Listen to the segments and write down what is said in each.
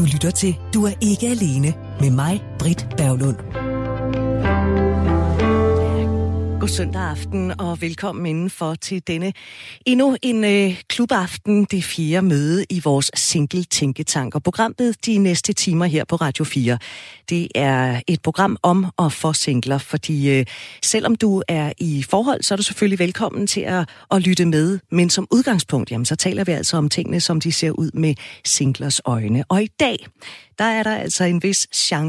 lytter til Du er ikke alene med mig, Britt Berglund. God søndag aften og velkommen indenfor til denne endnu en klubaften, det 4. møde i vores single tænketank. Og programmet de næste timer her på Radio 4, det er et program om og for singler, fordi selvom du er i forhold, så er du selvfølgelig velkommen til at lytte med. Men som udgangspunkt, jamen, så taler vi altså om tingene, som de ser ud med singlers øjne. Og i dag, der er der altså en vis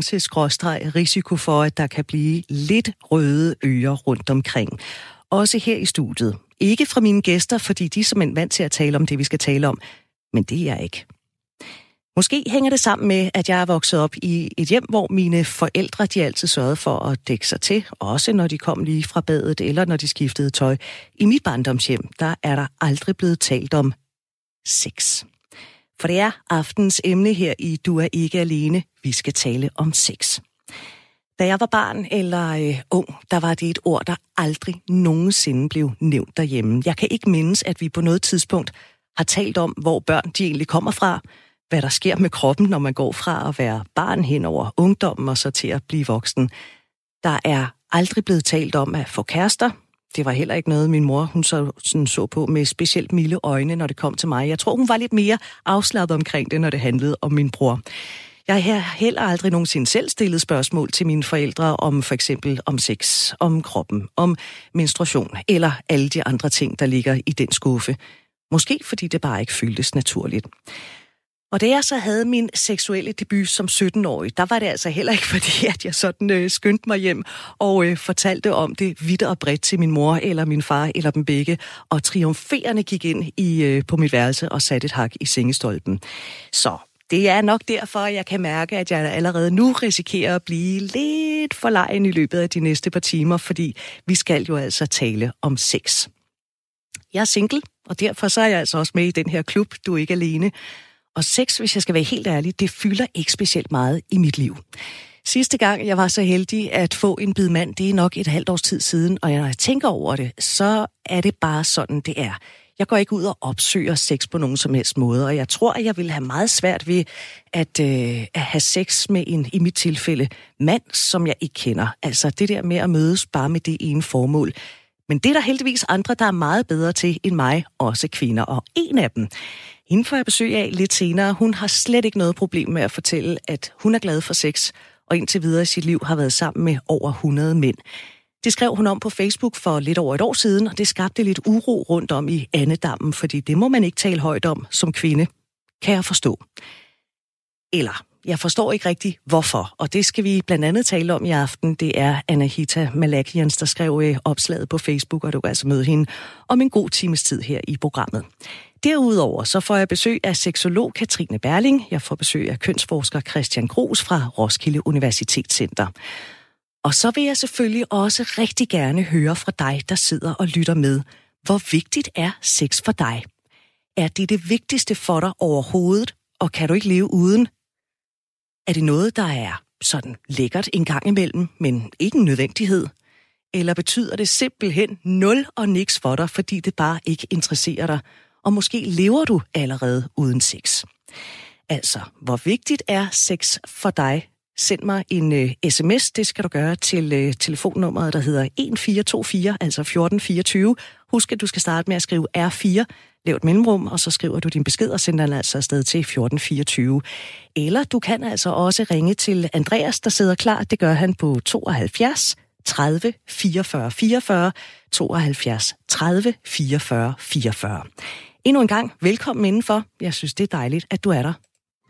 risiko for, at der kan blive lidt røde ører rundt omkring. Også her i studiet. Ikke fra mine gæster, fordi de er simpelthen vant til at tale om det, vi skal tale om. Men det er jeg ikke. Måske hænger det sammen med, at jeg er vokset op i et hjem, hvor mine forældre de altid sørgede for at dække sig til. Også når de kom lige fra badet, eller når de skiftede tøj. I mit barndomshjem, der er der aldrig blevet talt om sex. For det er aftens emne her i Du er ikke alene. Vi skal tale om sex. Da jeg var barn eller ung, der var det et ord, der aldrig nogensinde blev nævnt derhjemme. Jeg kan ikke mindes, at vi på noget tidspunkt har talt om, hvor børn de egentlig kommer fra, hvad der sker med kroppen, når man går fra at være barn hen over ungdommen og så til at blive voksen. Der er aldrig blevet talt om at få kærester. Det var heller ikke noget, min mor hun så på med specielt milde øjne, når det kom til mig. Jeg tror, hun var lidt mere afslappet omkring det, når det handlede om min bror. Jeg har heller aldrig nogensinde selv stillet spørgsmål til mine forældre om for eksempel om sex, om kroppen, om menstruation eller alle de andre ting, der ligger i den skuffe. Måske fordi det bare ikke føltes naturligt. Og da jeg så havde min seksuelle debut som 17-årig, der var det altså heller ikke fordi, at jeg sådan skyndte mig hjem og fortalte om det vidt og bredt til min mor eller min far eller dem begge, og triumferende gik ind på mit værelse og satte et hak i sengestolpen. Så det er nok derfor, jeg kan mærke, at jeg allerede nu risikerer at blive lidt for legen i løbet af de næste par timer, fordi vi skal jo altså tale om sex. Jeg er single, og derfor så er jeg altså også med i den her klub, Du er ikke alene. Og sex, hvis jeg skal være helt ærlig, det fylder ikke specielt meget i mit liv. Sidste gang, jeg var så heldig at få en bid mand, det er nok et halvt års tid siden, og når jeg tænker over det, så er det bare sådan, det er. Jeg går ikke ud og opsøger sex på nogen som helst måde, og jeg tror, at jeg vil have meget svært ved at have sex med en, i mit tilfælde, mand, som jeg ikke kender. Altså det der med at mødes bare med det ene formål. Men det er der heldigvis andre, der er meget bedre til end mig, også kvinder, og en af dem, hende får jeg besøg af lidt senere. Hun har slet ikke noget problem med at fortælle, at hun er glad for sex, og indtil videre i sit liv har været sammen med over 100 mænd. Det skrev hun om på Facebook for lidt over et år siden, og det skabte lidt uro rundt om i andedammen, fordi det må man ikke tale højt om som kvinde, kan jeg forstå. Eller, jeg forstår ikke rigtig hvorfor, og det skal vi blandt andet tale om i aften. Det er Anahita Malakians, der skrev opslaget på Facebook, og du kan altså møde hende om en god times tid her i programmet. Derudover så får jeg besøg af seksolog Katrine Berling. Jeg får besøg af kønsforsker Christian Gros fra Roskilde Universitetscenter. Og så vil jeg selvfølgelig også rigtig gerne høre fra dig, der sidder og lytter med. Hvor vigtigt er sex for dig? Er det vigtigste for dig overhovedet, og kan du ikke leve uden? Er det noget, der er sådan lækkert en gang imellem, men ikke en nødvendighed? Eller betyder det simpelthen nul og niks for dig, fordi det bare ikke interesserer dig? Og måske lever du allerede uden sex. Altså, hvor vigtigt er sex for dig? Send mig en sms, det skal du gøre til telefonnummeret, der hedder 1424, altså 1424. Husk, at du skal starte med at skrive R4, lav et mellemrum, og så skriver du din besked og sender den altså afsted til 1424. Eller du kan altså også ringe til Andreas, der sidder klar. Det gør han på 72 30 44 44, 72 30 44 44. Endnu en gang, velkommen indenfor. Jeg synes, det er dejligt, at du er der.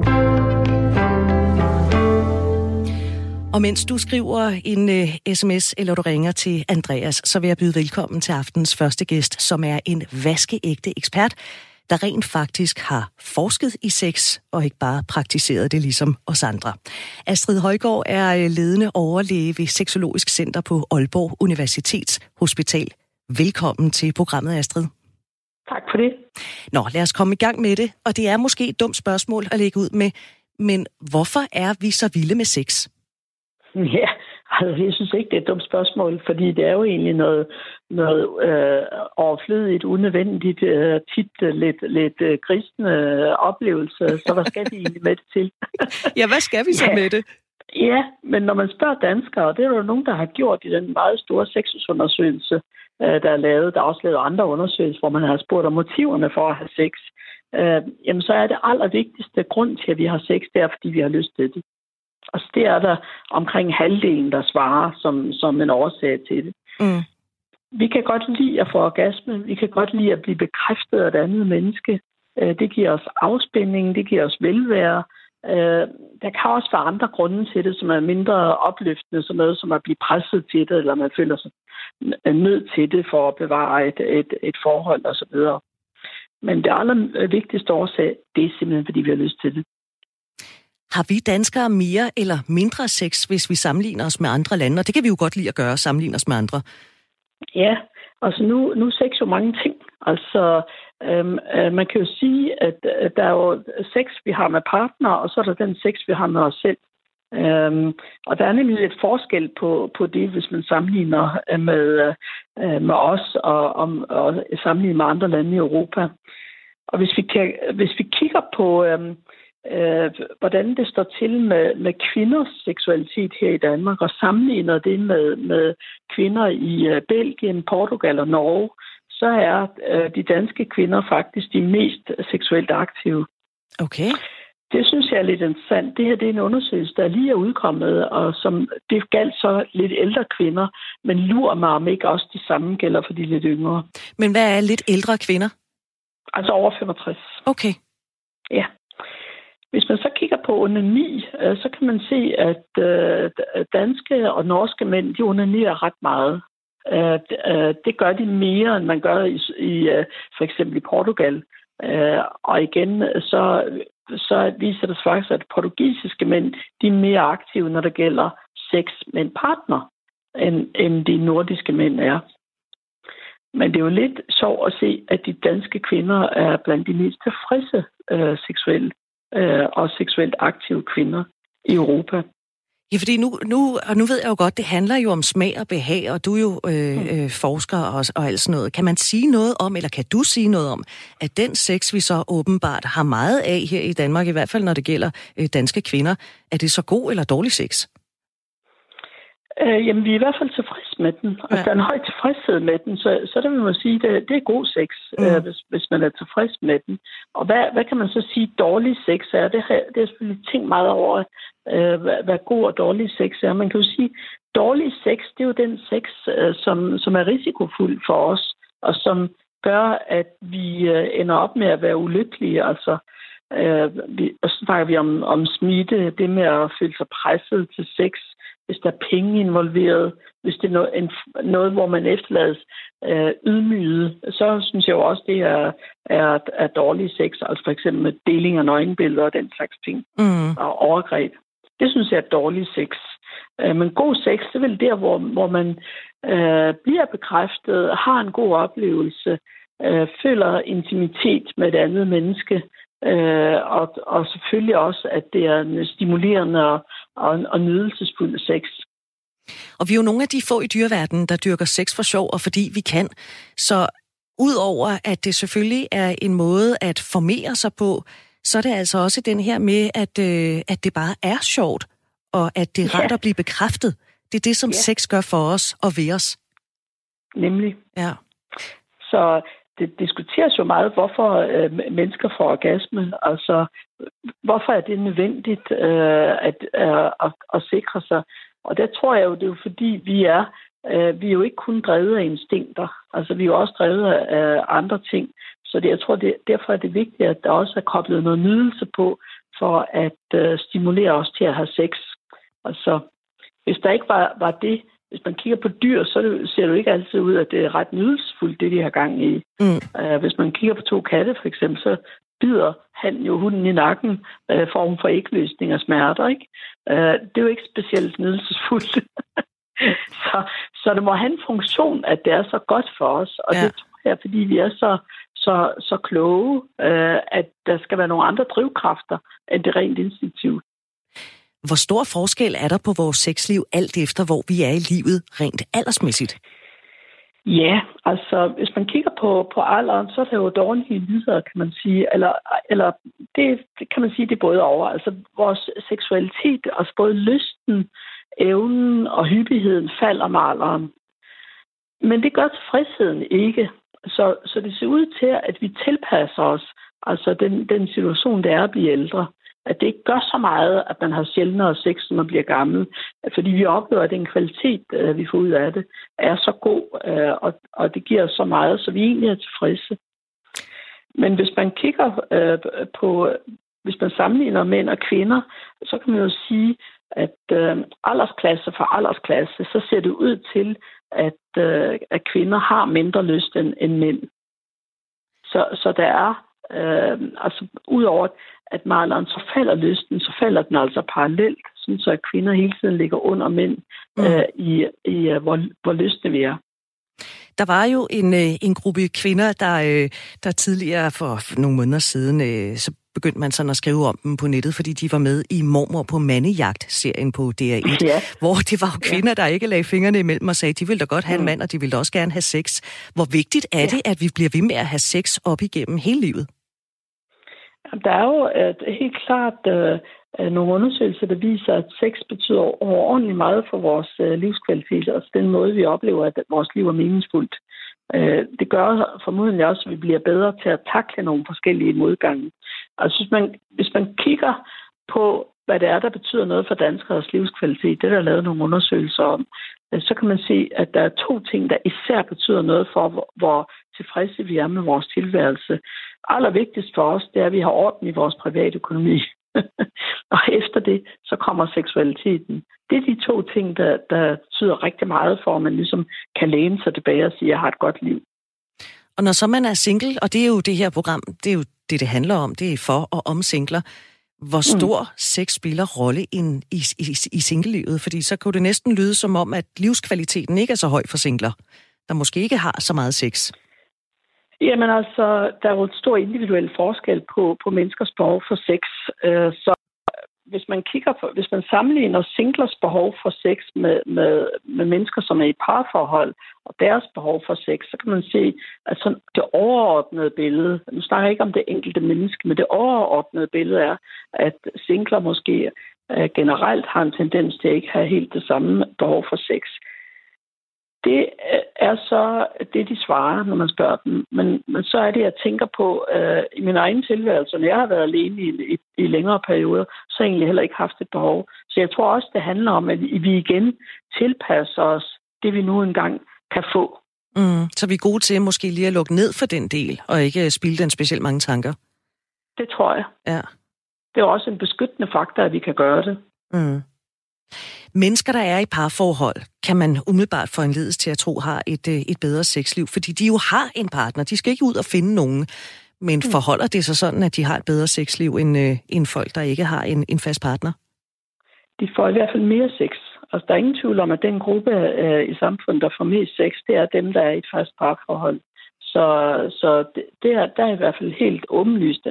Og mens du skriver en sms, eller du ringer til Andreas, så vil jeg byde velkommen til aftens første gæst, som er en vaskeægte ekspert, der rent faktisk har forsket i sex, og ikke bare praktiseret det ligesom os andre. Astrid Højgaard er ledende overlæge ved Sexologisk Center på Aalborg Universitetshospital. Velkommen til programmet, Astrid. Tak for det. Nå, lad os komme i gang med det, og det er måske et dumt spørgsmål at lægge ud med, men hvorfor er vi så vilde med sex? Ja, Altså, jeg synes ikke, det er et dumt spørgsmål, fordi det er jo egentlig noget overflødigt, unødvendigt, tit lidt kristne oplevelse. Så hvad skal vi egentlig med det til? Ja, hvad skal vi så med det? Ja, men når man spørger danskere, og det er jo nogen, der har gjort i den meget store sexusundersøgelse, der er lavet, der er også lavet andre undersøgelser, hvor man har spurgt om motiverne for at have sex, jamen så er det allervigtigste grund til, at vi har sex, det er, fordi vi har lyst til det. Og det er der omkring halvdelen, der svarer som en årsag til det. Mm. Vi kan godt lide at få orgasme. Vi kan godt lide at blive bekræftet af et andet menneske. Det giver os afspænding, det giver os velvære. Der kan også være andre grunde til det, som er mindre opløftende, som noget som at blive presset til det, eller man føler sig nødt til det for at bevare et forhold osv. Men det allervigtigste årsag, det er simpelthen, fordi vi har lyst til det. Har vi danskere mere eller mindre sex, hvis vi sammenligner os med andre lande? Og det kan vi jo godt lide at gøre, sammenligne os med andre. Ja, altså nu er sex jo mange ting. Altså, man kan jo sige, at der er jo sex, vi har med partner, og så er der den sex, vi har med os selv. Og der er nemlig lidt forskel på det, hvis man sammenligner med os og sammenligner med andre lande i Europa. Og hvis vi kigger på hvordan det står til med kvinders seksualitet her i Danmark, og sammenligner det med kvinder i Belgien, Portugal og Norge, så er de danske kvinder faktisk de mest seksuelt aktive. Okay. Det synes jeg er lidt interessant. Det her det er en undersøgelse, der lige er udkommet, og som det galt så lidt ældre kvinder, men lurer mig om ikke også de samme gælder for de lidt yngre. Men hvad er lidt ældre kvinder? Altså over 65. Okay. Ja. Hvis man så kigger på onani, så kan man se, at danske og norske mænd, de onanerer ret meget. Det gør de mere, end man gør i for eksempel i Portugal. Og igen, så viser det faktisk, at portugisiske mænd, de er mere aktive, når det gælder sex med en partner, end de nordiske mænd er. Men det er jo lidt sjovt at se, at de danske kvinder er blandt de mest tilfredse seksuelle og seksuelt aktive kvinder i Europa. Ja, fordi nu ved jeg jo godt, det handler jo om smag og behag, og du er jo forsker og alt sådan noget. Kan man sige noget om, eller kan du sige noget om, at den sex, vi så åbenbart har meget af her i Danmark, i hvert fald når det gælder danske kvinder, er det så god eller dårlig sex? Jamen, vi er i hvert fald tilfreds med den. Og der er en høj tilfredshed med den, så det vil man sige, det er god sex, hvis man er tilfreds med den. Og hvad kan man så sige, dårlig sex er? Det har jeg selvfølgelig tænkt meget over, hvad god og dårlig sex er. Man kan jo sige, dårlig sex, det er jo den sex, som er risikofuld for os, og som gør, at vi ender op med at være ulykkelige. Altså, og så snakker vi om smitte, det med at føle sig presset til sex, hvis der er penge involveret, hvis det er noget hvor man efterlades ydmyget, så synes jeg jo også, det er dårlig sex, altså for eksempel med deling af nøgenbilleder og den slags ting, og overgreb. Det synes jeg er dårlig sex. Men god sex, det er vel der, hvor man bliver bekræftet, har en god oplevelse, føler intimitet med et andet menneske, og selvfølgelig også, at det er en stimulerende og nydelsesfuld sex. Og vi er jo nogle af de få i dyreverdenen, der dyrker sex for sjov, og fordi vi kan. Så udover at det selvfølgelig er en måde at formere sig på, så er det altså også den her med, at det bare er sjovt, og at det er rart at blive bekræftet. Det er det, som sex gør for os og ved os. Nemlig. Ja. Så det diskuteres jo meget, hvorfor mennesker får orgasme. Altså, hvorfor er det nødvendigt at sikre sig? Og der tror jeg jo, det er jo fordi, vi er jo ikke kun drevet af instinkter. Altså, vi er jo også drevet af andre ting. Så jeg tror, derfor er det vigtigt, at der også er koblet noget nydelse på, for at stimulere os til at have sex. Altså, hvis der ikke var det, hvis man kigger på dyr, så ser det jo ikke altid ud, at det er ret nydelsesfuldt, det de har gang i. Hvis man kigger på 2 katte, for eksempel, så bider han jo hunden i nakken, form for ægløsning og smerter, ikke? Det er jo ikke specielt nydelsesfuldt. så det må have en funktion, at det er så godt for os, og det tror jeg, fordi vi er så kloge, at der skal være nogle andre drivkræfter, end det rent instinktivt. Hvor stor forskel er der på vores sexliv, alt efter hvor vi er i livet, rent aldersmæssigt? Ja, altså hvis man kigger på alderen, så er der jo dårlige nyheder, kan man sige. Eller det kan man sige, det er både over. Altså vores seksualitet, altså både lysten, evnen og hyppigheden falder med alderen. Men det gør tilfredsheden ikke. Så det ser ud til, at vi tilpasser os, altså den situation, det er at blive ældre. At det ikke gør så meget, at man har sjældnere sex, når man bliver gammel. Fordi vi oplever, at den kvalitet, vi får ud af det, er så god, og det giver så meget, så vi egentlig er tilfredse. Men hvis man kigger hvis man sammenligner mænd og kvinder, så kan man jo sige, at aldersklasse for aldersklasse, så ser det ud til, at kvinder har mindre lyst end mænd. Så der er, altså udover at med alderen så falder lysten, så falder den altså parallelt, så at kvinder hele tiden ligger under mænd hvor lystne vi er. Der var jo en gruppe kvinder, der tidligere for nogle måneder siden, så begyndte man sådan at skrive om dem på nettet, fordi de var med i Mormor på mandejagt-serien på DR1, hvor det var jo kvinder, der ikke lagde fingrene imellem og sagde, de ville da godt have en mand, og de ville da også gerne have sex. Hvor vigtigt er det, at vi bliver ved med at have sex op igennem hele livet? Der er jo helt klart nogle undersøgelser, der viser, at sex betyder overordentligt meget for vores livskvalitet, og den måde, vi oplever, at vores liv er meningsfuldt. Det gør formodentlig også, at vi bliver bedre til at takle nogle forskellige modgange. Altså hvis man kigger på, hvad det er, der betyder noget for danskeres livskvalitet, det er der lavet nogle undersøgelser om, så kan man se, at der er 2 ting, der især betyder noget for, hvor tilfredse vi er med vores tilværelse. Allervigtigst for os, det er, at vi har orden i vores private økonomi. Og efter det, så kommer seksualiteten. Det er de 2 ting, der betyder rigtig meget for, at man ligesom kan læne sig tilbage og sige, at jeg har et godt liv. Og når så man er single, og det er jo det her program, det er jo det handler om, det er for og om singler. Hvor stor sex spiller rolle i singlelivet? Fordi så kunne det næsten lyde som om, at livskvaliteten ikke er så høj for singler, der måske ikke har så meget sex. Jamen altså, der er jo et stor individuel forskel på menneskers behov for sex. Så hvis man sammenligner singlers behov for sex med mennesker, som er i parforhold, og deres behov for sex, så kan man se, at sådan det overordnede billede, nu snakker jeg ikke om det enkelte menneske, men det overordnede billede er, at singler måske generelt har en tendens til at ikke have helt det samme behov for sex. Det er så det, de svarer, når man spørger dem. Men så er det, jeg tænker på, i min egen tilværelse, når jeg har været alene i længere perioder, så har jeg egentlig heller ikke haft et behov. Så jeg tror også, det handler om, at vi igen tilpasser os det, vi nu engang kan få. Så vi er gode til måske lige at lukke ned for den del, og ikke spilde den specielt mange tanker? Det tror jeg. Ja. Det er også en beskyttende faktor, at vi kan gøre det. Mennesker, der er i parforhold, kan man umiddelbart foranledes til at tro har et bedre sexliv, fordi de jo har en partner. De skal ikke ud og finde nogen. Men forholder det sig sådan, at de har et bedre sexliv end folk, der ikke har en fast partner? De får i hvert fald mere sex. Altså, der er ingen tvivl om, at den gruppe i samfundet, der får mest sex, det er dem, der er i et fast parforhold. Så der er i hvert fald helt åbenlyst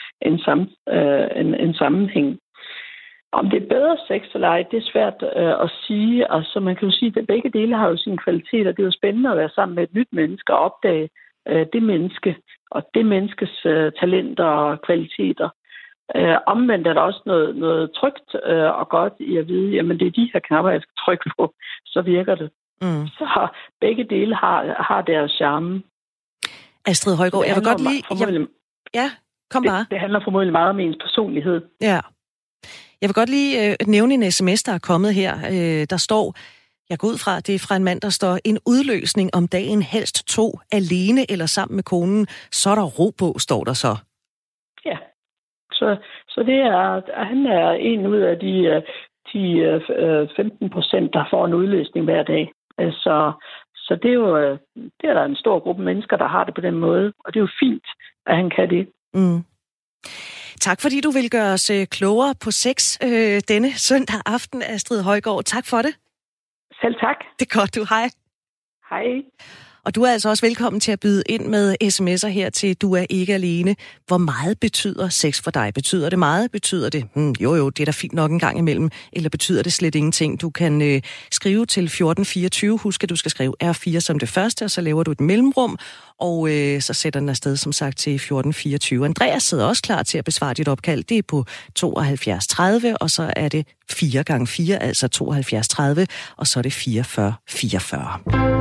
en sammenhæng. Om det er bedre sex eller ej, det er svært at sige. Altså, man kan jo sige, at begge dele har jo sine kvaliteter. Det er jo spændende at være sammen med et nyt menneske og opdage det menneske og det menneskes talenter og kvaliteter. Omvendt er der også noget trygt og godt i at vide, jamen det er de her knapper, jeg skal trykke på, så virker det. Så begge dele har deres charme. Astrid Højgaard, jeg vil godt lige... Ja, kom bare. Det handler formodentlig meget om ens personlighed. Ja. Jeg vil godt lige nævne en sms, der er kommet her. Der står, jeg går ud fra, det er fra en mand, der står, en udløsning om dagen, helst 2, alene eller sammen med konen, så er der ro på, står der så. Ja, så det er, han er en ud af de 15%, der får en udløsning hver dag. Så det er jo det er der en stor gruppe mennesker, der har det på den måde, og det er jo fint, at han kan det. Tak fordi du vil gøre os klogere på sex denne søndag aften, Astrid Højgaard. Tak for det. Selv tak. Det er godt, du. Hej. Hej. Og du er altså også velkommen til at byde ind med sms'er her til Du er ikke alene. Hvor meget betyder sex for dig? Betyder det meget? Betyder det, jo, det er da fint nok en gang imellem. Eller betyder det slet ingenting? Du kan skrive til 1424. Husk, at du skal skrive R4 som det første, og så laver du et mellemrum. Og så sætter den afsted, som sagt, til 1424. Andreas sidder også klar til at besvare dit opkald. Det er på 72 30, og så er det 4 gange 4, altså 72 30, og så er det 44 44.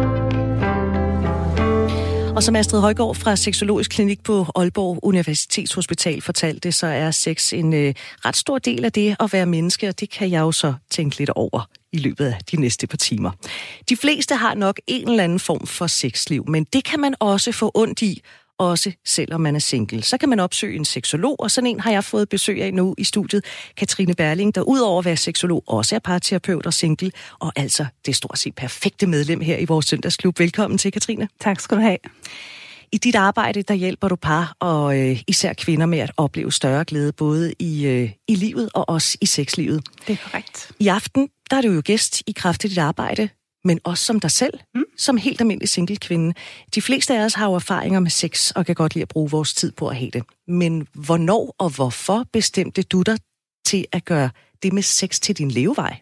Og som Astrid Højgaard fra Sexologisk Klinik på Aalborg Universitetshospital fortalte, så er sex en ret stor del af det at være menneske, og det kan jeg jo så tænke lidt over i løbet af de næste par timer. De fleste har nok en eller anden form for sexliv, men det kan man også få ondt i, også selvom man er single. Så kan man opsøge en seksolog, og sådan en har jeg fået besøg af nu i studiet, Katrine Berling, der udover at være seksolog også er parterapeut og single, og altså det stort set perfekte medlem her i vores søndagsklub. Velkommen til, Katrine. Tak skal du have. I dit arbejde, der hjælper du par og især kvinder med at opleve større glæde, både i livet og også i sexlivet. Det er korrekt. I aften, der er du jo gæst i kraft af dit arbejde, men også som dig selv, som helt almindelig single-kvinde. De fleste af os har jo erfaringer med sex, og kan godt lide at bruge vores tid på at have det. Men hvornår og hvorfor bestemte du dig til at gøre det med sex til din levevej?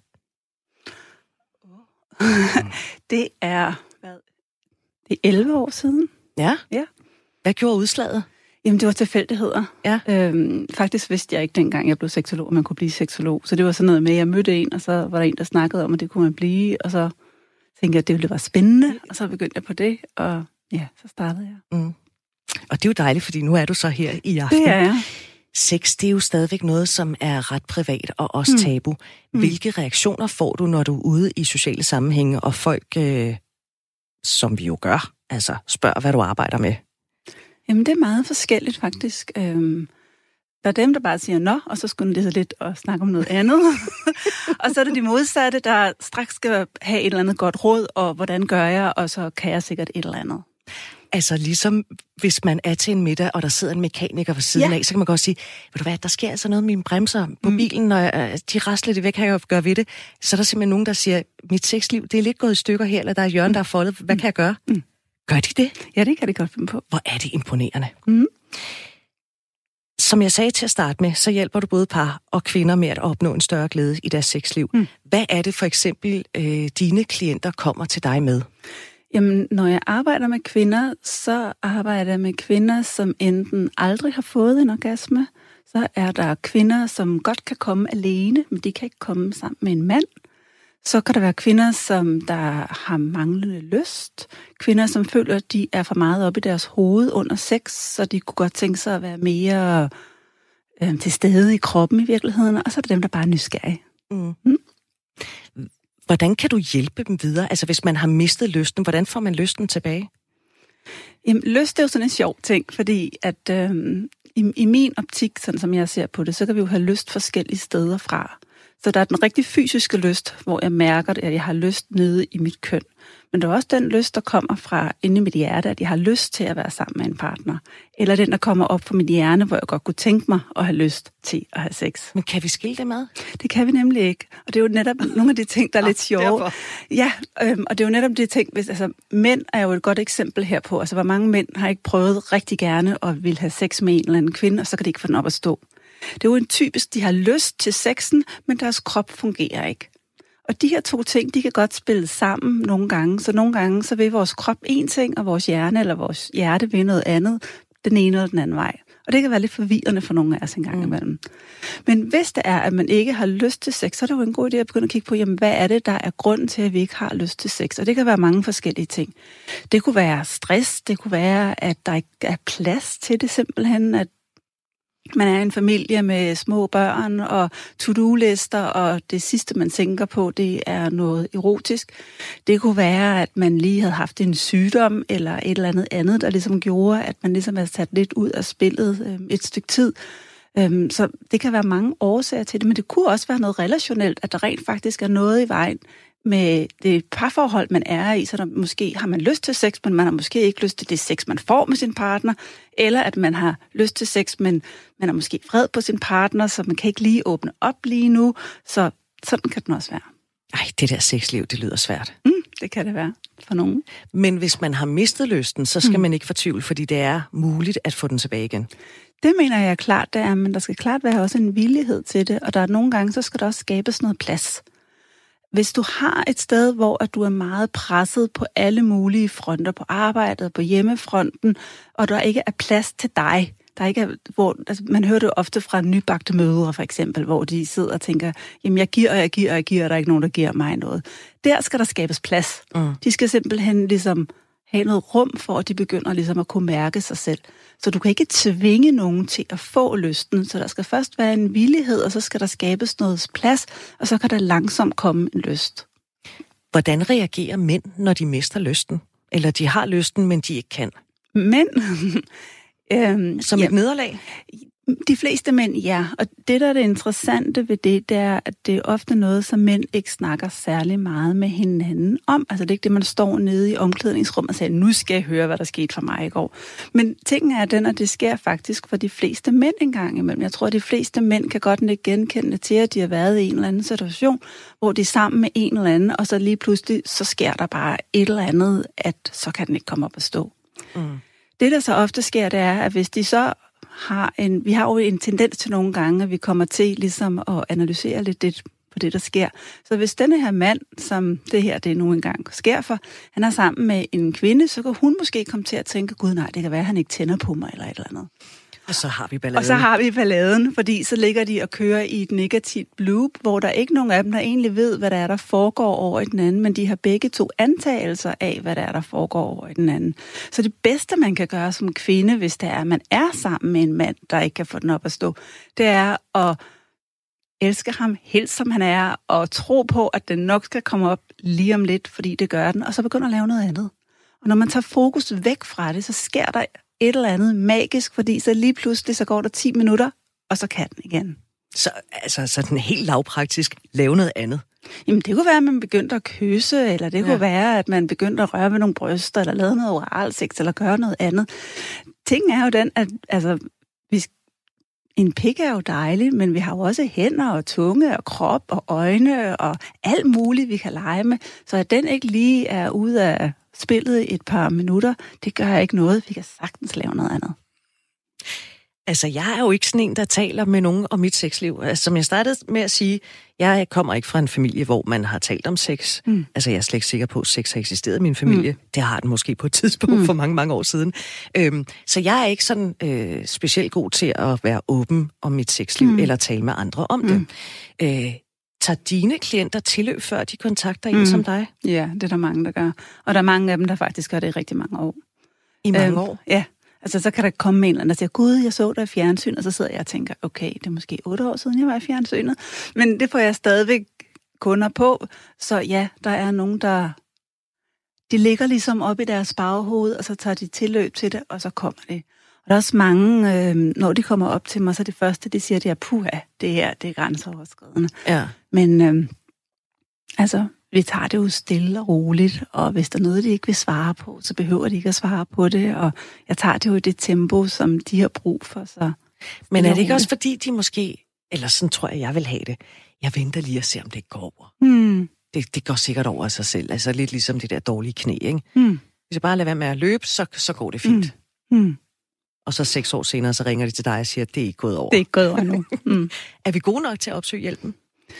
Det er 11 år siden. Ja? Ja. Hvad gjorde udslaget? Jamen, det var tilfældigheder. Ja. Faktisk vidste jeg ikke dengang, jeg blev seksolog, at man kunne blive seksolog. Så det var sådan noget med, at jeg mødte en, og så var der en, der snakkede om, at det kunne man blive, og så tænkte jeg, at det ville være spændende, og så begyndte jeg på det, og ja, så startede jeg. Og det er jo dejligt, fordi nu er du så her i aften. Det er jeg. Sex, det er jo stadigvæk noget, som er ret privat og også tabu. Hvilke reaktioner får du, når du er ude i sociale sammenhænge, og folk, som vi jo gør, altså spørger, hvad du arbejder med? Jamen, det er meget forskelligt, faktisk. Der er dem, der bare siger nå, og så skulle de læse lidt og snakke om noget andet. Og så er det de modsatte, der straks skal have et eller andet godt råd, og hvordan gør jeg, og så kan jeg sikkert et eller andet. Altså ligesom, hvis man er til en middag, og der sidder en mekaniker ved siden af, så kan man godt sige, ved du hvad, der sker altså noget med mine bremser på bilen, og de rasler det væk, kan jeg gøre ved det. Så er der simpelthen nogen, der siger, mit sexliv, det er lidt gået i stykker her, eller der er et hjørne, der er foldet. Hvad kan jeg gøre? Gør de det? Ja, det kan de godt finde på. Hvor er det imponerende. Som jeg sagde til at starte med, så hjælper du både par og kvinder med at opnå en større glæde i deres sexliv. Hvad er det for eksempel, dine klienter kommer til dig med? Jamen, når jeg arbejder med kvinder, så arbejder jeg med kvinder, som enten aldrig har fået en orgasme. Så er der kvinder, som godt kan komme alene, men de kan ikke komme sammen med en mand. Så kan der være kvinder, som der har manglende lyst. Kvinder, som føler, at de er for meget oppe i deres hoved under sex, så de kunne godt tænke sig at være mere til stede i kroppen i virkeligheden. Og så er der dem, der bare er nysgerrige. Hvordan kan du hjælpe dem videre? Altså, hvis man har mistet lysten, hvordan får man lysten tilbage? Jamen, lyst er jo sådan en sjov ting, fordi at i min optik, sådan som jeg ser på det, så kan vi jo have lyst forskellige steder fra. Så der er den rigtig fysiske lyst, hvor jeg mærker, at jeg har lyst nede i mit køn. Men der er også den lyst, der kommer fra inde i mit hjerte, at jeg har lyst til at være sammen med en partner. Eller den, der kommer op fra mit hjerne, hvor jeg godt kunne tænke mig at have lyst til at have sex. Men kan vi skille det med? Det kan vi nemlig ikke. Og det er jo netop nogle af de ting, der er lidt sjove. Derfor. Ja, og det er jo netop de ting, hvis, altså mænd er jo et godt eksempel herpå. Altså hvor mange mænd har ikke prøvet rigtig gerne og vil have sex med en eller anden kvinde, og så kan de ikke få den op at stå. Det er jo en typisk, de har lyst til sexen, men deres krop fungerer ikke. Og de her to ting, de kan godt spille sammen nogle gange. Så nogle gange, så vil vores krop en ting, og vores hjerne eller vores hjerte vil noget andet, den ene eller den anden vej. Og det kan være lidt forvirrende for nogle af os en gang imellem. Men hvis det er, at man ikke har lyst til sex, så er det jo en god idé at begynde at kigge på, jamen, hvad er det, der er grunden til, at vi ikke har lyst til sex? Og det kan være mange forskellige ting. Det kunne være stress, det kunne være, at der ikke er plads til det simpelthen, at man er en familie med små børn og to-do-lister, og det sidste, man tænker på, det er noget erotisk. Det kunne være, at man lige havde haft en sygdom eller et eller andet, der ligesom gjorde, at man ligesom er sat lidt ud af spillet et stykke tid. Så det kan være mange årsager til det, men det kunne også være noget relationelt, at der rent faktisk er noget i vejen med det parforhold, man er i, så der måske har man lyst til sex, men man har måske ikke lyst til det sex, man får med sin partner, eller at man har lyst til sex, men man er måske vred på sin partner, så man kan ikke lige åbne op lige nu, så sådan kan den også være. Ej, det der sexliv, det lyder svært. Det kan det være for nogen. Men hvis man har mistet lysten, så skal man ikke fortvivle, fordi det er muligt at få den tilbage igen. Det mener jeg klart, det er, men der skal klart være også en villighed til det, og der er nogle gange, så skal der også skabes noget plads. Hvis du har et sted, hvor at du er meget presset på alle mulige fronter, på arbejdet, på hjemmefronten, og der ikke er plads til dig, der ikke er, hvor, altså, man hører det ofte fra nybagte mødre, for eksempel, hvor de sidder og tænker, jamen jeg giver, og der er ikke nogen, der giver mig noget. Der skal der skabes plads. De skal simpelthen ligesom have noget rum for, at de begynder ligesom at kunne mærke sig selv. Så du kan ikke tvinge nogen til at få lysten, så der skal først være en villighed, og så skal der skabes noget plads, og så kan der langsomt komme en lyst. Hvordan reagerer mænd, når de mister lysten? Eller de har lysten, men de ikke kan? Mænd? Som et nederlag? De fleste mænd, ja. Og det, der er det interessante ved det, det er, at det er ofte noget, som mænd ikke snakker særlig meget med hinanden om. Altså det er ikke det, man står nede i omklædningsrummet og siger, nu skal jeg høre, hvad der skete for mig i går. Men tingen er den, at det sker faktisk for de fleste mænd engang imellem. Jeg tror, at de fleste mænd kan godt ikke genkende til, at de har været i en eller anden situation, hvor de er sammen med en eller anden, og så lige pludselig, så sker der bare et eller andet, at så kan den ikke komme op og stå. Det, der så ofte sker, det er, at hvis de så vi har jo en tendens til nogle gange, at vi kommer til ligesom at analysere lidt det på det, der sker. Så hvis denne her mand, som det her det nu engang sker for, han er sammen med en kvinde, så kan hun måske komme til at tænke, gud nej, det kan være, at han ikke tænder på mig eller et eller andet. Og så har vi balladen. Fordi så ligger de og kører i et negativt loop, hvor der ikke nogen af dem, der egentlig ved, hvad der er, der foregår over i den anden, men de har begge to antagelser af, hvad der er, der foregår over i den anden. Så det bedste, man kan gøre som kvinde, hvis det er, at man er sammen med en mand, der ikke kan få den op at stå, det er at elske ham helt som han er, og tro på, at den nok skal komme op lige om lidt, fordi det gør den, og så begynde at lave noget andet. Og når man tager fokus væk fra det, så sker der et eller andet magisk, fordi så lige pludselig, så går der 10 minutter, og så kan den igen. Så altså sådan helt lavpraktisk, lave noget andet? Jamen, det kunne være, at man begyndte at kysse, eller det kunne være, at man begyndte at røre ved nogle bryster, eller lave noget oralsex, eller gøre noget andet. Tingen er jo den, at altså, en pik er jo dejlig, men vi har jo også hænder og tunge og krop og øjne og alt muligt, vi kan lege med. Så at den ikke lige er ude af spillet et par minutter, det gør ikke noget. Vi kan sagtens lave noget andet. Altså, jeg er jo ikke sådan en, der taler med nogen om mit sexliv. Altså, som jeg startede med at sige, jeg kommer ikke fra en familie, hvor man har talt om sex. Altså, jeg er slet ikke sikker på, at sex har eksisteret i min familie. Det har den måske på et tidspunkt for mange, mange år siden. Så jeg er ikke sådan specielt god til at være åben om mit sexliv, eller tale med andre om det. Tager dine klienter tilløb, før de kontakter en som dig? Ja, det er der mange, der gør. Og der er mange af dem, der faktisk gør det i rigtig mange år. I mange år? Ja. Altså, så kan der komme en eller anden, der siger, gud, jeg så dig i fjernsynet, og så sidder jeg og tænker, okay, det er måske 8 år siden, jeg var i fjernsynet. Men det får jeg stadigvæk kunder på. Så ja, der er nogen, de ligger ligesom op i deres baghoved, og så tager de tilløb til det, og så kommer det. Og der er også mange, når de kommer op til mig, så det første, de siger, det er, puha, det er grænseoverskridende. Ja. Men altså, vi tager det jo stille og roligt, og hvis der er noget, de ikke vil svare på, så behøver de ikke at svare på det, og jeg tager det jo i det tempo, som de har brug for. Så men er det ikke også fordi, de måske, eller sådan tror jeg vil have det, jeg venter lige at se, om det går over. Det går sikkert over af sig selv, altså lidt ligesom det der dårlige knæ, ikke? Hvis jeg bare lader være med at løbe, så går det fint. Og så 6 år senere, så ringer de til dig og siger, at det er ikke gået over. Det er ikke gået over nu. Er vi gode nok til at opsøge hjælpen?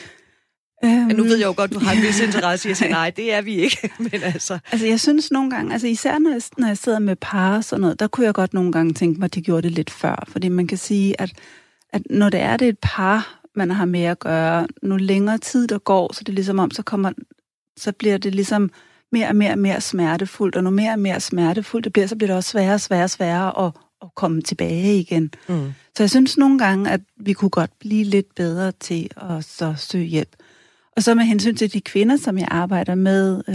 Nu ved jeg jo godt, du har en vis interesse i at sige, nej, det er vi ikke. Men altså jeg synes nogle gange, altså især når jeg sidder med par og sådan noget, der kunne jeg godt nogle gange tænke mig, at de gjorde det lidt før. Fordi man kan sige, at når det er et par, man har med at gøre, nu længere tid der går, så det er ligesom om, så bliver det ligesom mere og mere smertefuldt, og nu mere og mere smertefuldt det bliver, så bliver det også sværere at komme tilbage igen. Så jeg synes nogle gange, at vi kunne godt blive lidt bedre til at så søge hjælp. Og så med hensyn til de kvinder, som jeg arbejder med,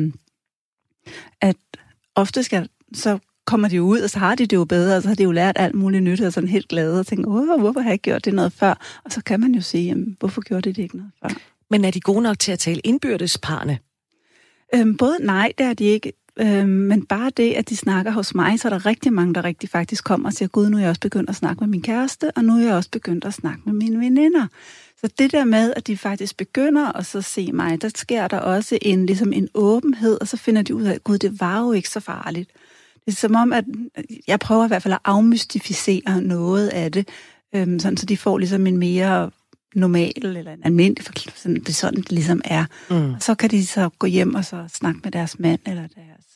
at ofte så kommer de ud, og så har de det jo bedre, og så har de jo lært alt muligt nyt, og sådan helt glade, og tænker, hvorfor har jeg ikke gjort det noget før? Og så kan man jo sige, jamen, hvorfor gjorde det ikke noget før? Men er de gode nok til at tale indbyrdes parne? Både nej, det er de ikke. Men bare det, at de snakker hos mig, så er der rigtig mange, der rigtig faktisk kommer og siger, gud, nu er jeg også begyndt at snakke med min kæreste, og nu er jeg også begyndt at snakke med mine veninder. Så det der med, at de faktisk begynder at så se mig, der sker der også ligesom en åbenhed, og så finder de ud af, gud, det var jo ikke så farligt. Det er som om, at jeg prøver i hvert fald at afmystificere noget af det, sådan så de får ligesom en mere normal eller en almindelig forklaring. Det er sådan, det ligesom er. Og så kan de så gå hjem og så snakke med deres mand, eller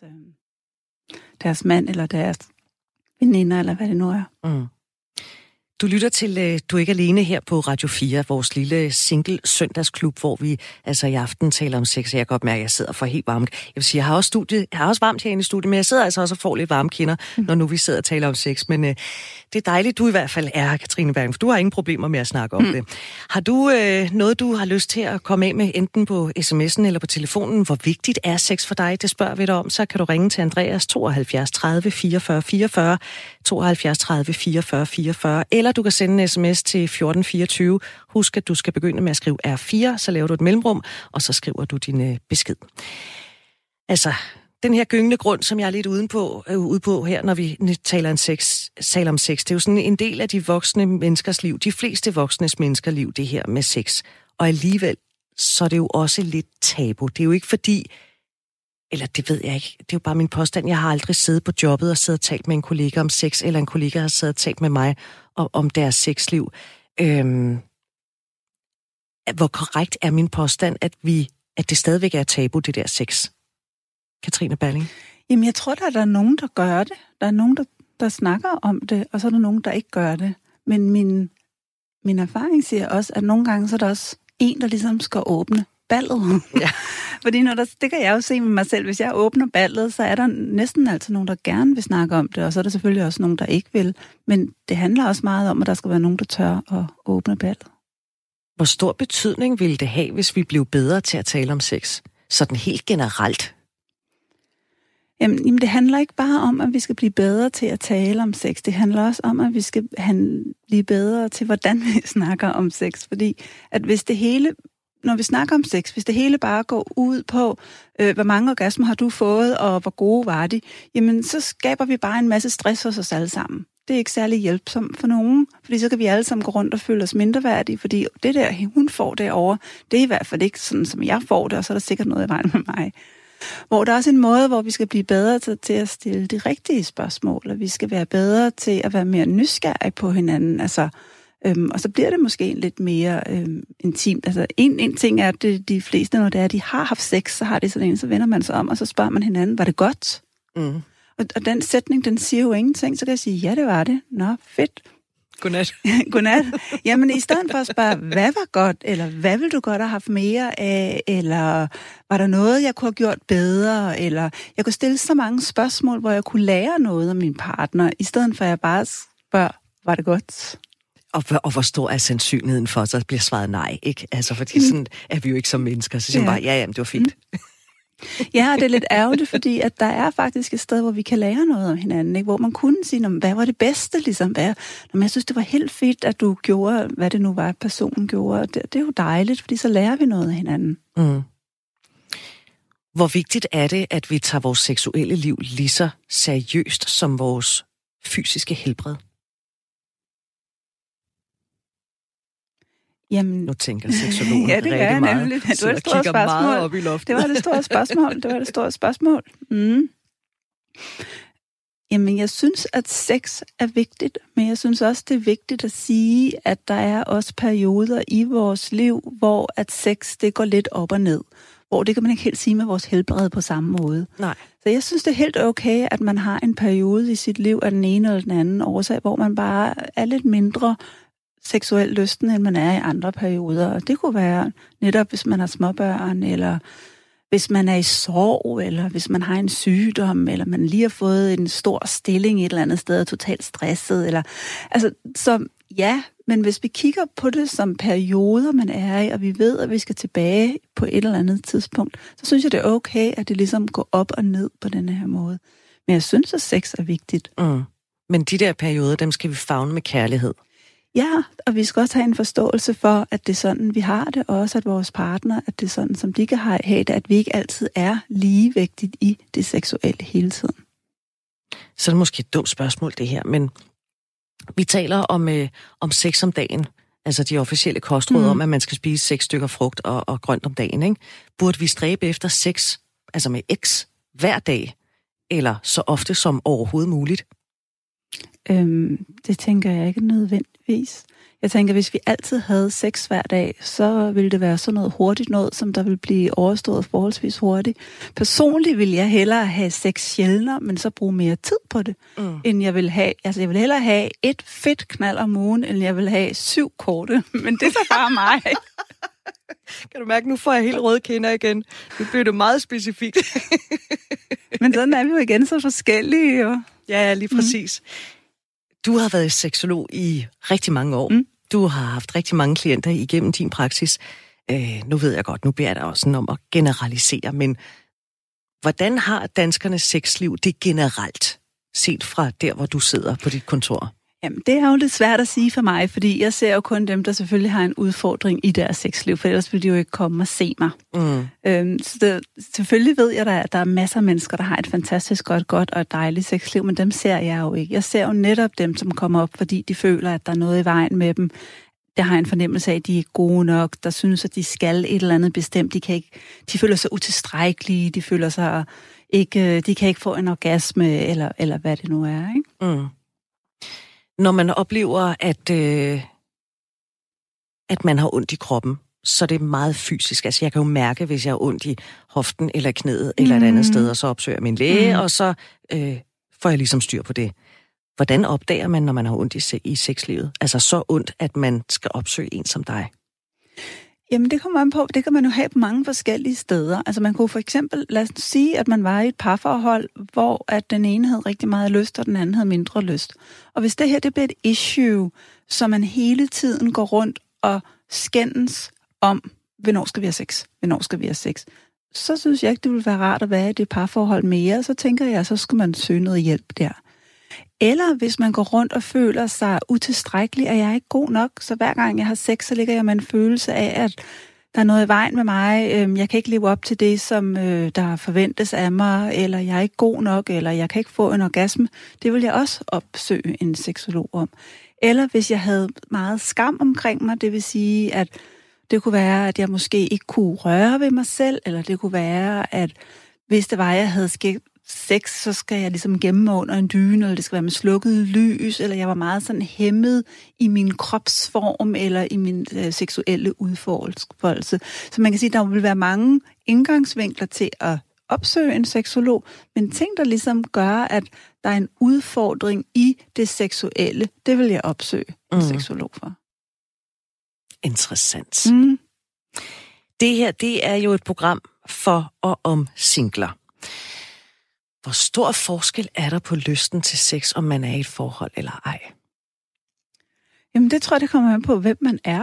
deres mand, eller deres veninder, eller hvad det nu er. Du lytter til Du er ikke alene her på Radio 4, vores lille single søndagsklub, hvor vi altså i aften taler om sex, og jeg kan godt mærke, at jeg sidder for helt varmt. Jeg vil sige, jeg har også varmt herinde i studiet, men jeg sidder altså også og får lidt varme kinder, når nu vi sidder og taler om sex. Men det er dejligt, du i hvert fald er, Katrine Berg, for du har ingen problemer med at snakke om det. Har du noget, du har lyst til at komme af med, enten på sms'en eller på telefonen? Hvor vigtigt er sex for dig? Det spørger vi dig om. Så kan du ringe til Andreas 72 30 44 44, 72 30 44 44, eller du kan sende en sms til 1424. Husk, at du skal begynde med at skrive R4, så laver du et mellemrum, og så skriver du din besked. Altså, den her gyngende grund, som jeg er lidt ude på her, når vi taler om sex, det er jo sådan en del af de voksne menneskers liv, de fleste voksnes menneskers liv, det her med sex. Og alligevel, så er det jo også lidt tabu. Det er jo ikke fordi, eller det ved jeg ikke, det er jo bare min påstand, jeg har aldrig siddet på jobbet og siddet og talt med en kollega om sex, eller en kollega har siddet og talt med mig om deres sexliv. Hvor korrekt er min påstand, at det stadigvæk er tabu, det der sex? Katrine Balling? Jamen, jeg tror, der er nogen, der gør det. Der er nogen, der snakker om det, og så er der nogen, der ikke gør det. Men min erfaring siger også, at nogle gange så er der også en, der ligesom skal åbne ballet. Ja. Fordi det kan jeg jo se med mig selv. Hvis jeg åbner ballet, så er der næsten altid nogen, der gerne vil snakke om det, og så er der selvfølgelig også nogen, der ikke vil. Men det handler også meget om, at der skal være nogen, der tør at åbne ballet. Hvor stor betydning ville det have, hvis vi blev bedre til at tale om sex? Sådan helt generelt. Jamen, det handler ikke bare om, at vi skal blive bedre til at tale om sex. Det handler også om, at vi skal blive bedre til, hvordan vi snakker om sex. Fordi at hvis det hele, når vi snakker om sex, hvis det hele bare går ud på, hvor mange orgasmer har du fået, og hvor gode var de, jamen så skaber vi bare en masse stress hos os alle sammen. Det er ikke særlig hjælpsomt for nogen, fordi så kan vi alle sammen gå rundt og føle os mindreværdige, fordi det der, hun får derovre, det er i hvert fald ikke sådan, som jeg får det, og så er der sikkert noget i vejen med mig. Hvor der er også en måde, hvor vi skal blive bedre til at stille de rigtige spørgsmål, og vi skal være bedre til at være mere nysgerrige på hinanden, altså, og så bliver det måske lidt mere intimt. Altså, en ting er, at de fleste, når det er, de har haft sex, så har det sådan en, så vender man sig om, og så spørger man hinanden, var det godt? Mm. Og den sætning, den siger jo ingenting, så kan jeg sige, ja, det var det. Nå, fedt. Godnat. Godnat. Jamen, i stedet for at spørge, hvad var godt, eller hvad ville du godt have haft mere af, eller var der noget, jeg kunne have gjort bedre, eller jeg kunne stille så mange spørgsmål, hvor jeg kunne lære noget om min partner, i stedet for at jeg bare spørger, var det godt? Og hvor stor er sandsynligheden for, at der bliver svaret nej, ikke? Altså, fordi sådan er vi jo ikke som mennesker, så siger man bare, ja, det var fint. Ja, og det er lidt ærgerligt, fordi at der er faktisk et sted, hvor vi kan lære noget om hinanden, ikke? Hvor man kunne sige, hvad var det bedste, ligesom? Jeg synes, det var helt fedt, at du gjorde, hvad det nu var, personen gjorde. Det er jo dejligt, fordi så lærer vi noget af hinanden. Mm. Hvor vigtigt er det, at vi tager vores seksuelle liv lige så seriøst som vores fysiske helbred? Jamen, nu tænker seksologen ja, det rigtig meget. Nemlig. Det var det store spørgsmål. Meget op i loftet. Det var det store spørgsmål. Mm. Jamen, jeg synes, at sex er vigtigt, men jeg synes også, det er vigtigt at sige, at der er også perioder i vores liv, hvor at sex, det går lidt op og ned. Hvor det kan man ikke helt sige med vores helbred på samme måde. Nej. Så jeg synes, det er helt okay, at man har en periode i sit liv af den ene eller den anden årsag, hvor man bare er lidt mindre seksuelt lysten, end man er i andre perioder. Og det kunne være netop, hvis man har småbørn, eller hvis man er i sorg, eller hvis man har en sygdom, eller man lige har fået en stor stilling et eller andet sted, og totalt stresset. Eller, altså, så ja, men hvis vi kigger på det som perioder, man er i, og vi ved, at vi skal tilbage på et eller andet tidspunkt, så synes jeg, det er okay, at det ligesom går op og ned på den her måde. Men jeg synes, at sex er vigtigt. Mm. Men de der perioder, dem skal vi favne med kærlighed. Ja, og vi skal også have en forståelse for, at det er sådan, vi har det, og også at vores partner, at det er sådan, som de kan have det, at vi ikke altid er ligevægtigt i det seksuelle hele tiden. Så er det måske et dumt spørgsmål, det her, men vi taler om 6 om dagen, altså de officielle kostråd om, at man skal spise 6 stykker frugt og grønt om dagen, ikke? Burde vi stræbe efter 6, altså med X, hver dag, eller så ofte som overhovedet muligt? Det tænker jeg ikke nødvendigvis. Jeg tænker, hvis vi altid havde sex hver dag, så ville det være sådan noget hurtigt noget, som der vil blive overstået forholdsvis hurtigt. Personligt vil jeg hellere have sex sjældnere, men så bruge mere tid på det, end jeg vil have. Altså, jeg vil hellere have 1 fedt knald om ugen, end jeg vil have 7 korte. Men det er så bare mig. Kan du mærke, nu får jeg helt røde kinder igen. Nu bliver det meget specifikt. Men sådan er vi jo igen så forskellige, jo. Ja, lige præcis. Du har været seksolog i rigtig mange år. Du har haft rigtig mange klienter igennem din praksis. Nu ved jeg godt, nu beder jeg dig også om at generalisere, men hvordan har danskernes sexliv det generelt, set fra der, hvor du sidder på dit kontor? Jamen, det er jo lidt svært at sige for mig, fordi jeg ser jo kun dem, der selvfølgelig har en udfordring i deres sexliv, for ellers vil de jo ikke komme og se mig. Selvfølgelig ved jeg da, at der er masser af mennesker, der har et fantastisk godt og dejligt sexliv, men dem ser jeg jo ikke. Jeg ser jo netop dem, som kommer op, fordi de føler, at der er noget i vejen med dem. Der har en fornemmelse af, at de er gode nok, der synes, at de skal et eller andet bestemt. De føler sig utilstrækkelige, de føler sig ikke, de kan ikke få en orgasme, eller hvad det nu er, ikke? Når man oplever, at man har ondt i kroppen, så er det meget fysisk. Altså, jeg kan jo mærke, hvis jeg har ondt i hoften eller knæet eller et andet sted, og så opsøger jeg min læge, og så får jeg ligesom styr på det. Hvordan opdager man, når man har ondt i sexlivet? Altså så ondt, at man skal opsøge en som dig? Jamen, det kommer an på. Det kan man jo have på mange forskellige steder. Altså, man kunne for eksempel, lad os sige, at man var i et parforhold, hvor at den ene havde rigtig meget lyst, og den anden havde mindre lyst. Og hvis det her, det bliver et issue, så man hele tiden går rundt og skændes om, hvornår skal vi have sex? Hvornår skal vi have sex? Så synes jeg ikke, det ville være rart at være i det parforhold mere. Så tænker jeg, så skal man søge noget hjælp der. Eller hvis man går rundt og føler sig utilstrækkelig, at jeg er ikke god nok, så hver gang jeg har sex, så ligger jeg med en følelse af, at der er noget i vejen med mig, jeg kan ikke leve op til det, som der forventes af mig, eller jeg er ikke god nok, eller jeg kan ikke få en orgasme. Det vil jeg også opsøge en seksolog om. Eller hvis jeg havde meget skam omkring mig, det vil sige, at det kunne være, at jeg måske ikke kunne røre ved mig selv, eller det kunne være, at hvis det var, jeg havde sex, så skal jeg ligesom gemme mig under en dyne, eller det skal være med slukket lys, eller jeg var meget sådan hæmmet i min kropsform, eller i min seksuelle udfoldelse. Så man kan sige, at der vil være mange indgangsvinkler til at opsøge en seksolog, men ting, der ligesom gør, at der er en udfordring i det seksuelle, det vil jeg opsøge en seksolog for. Interessant. Det her, det er jo et program for og om singler. Hvor stor forskel er der på lysten til sex, om man er i et forhold eller ej? Jamen, det tror jeg, det kommer an på, hvem man er.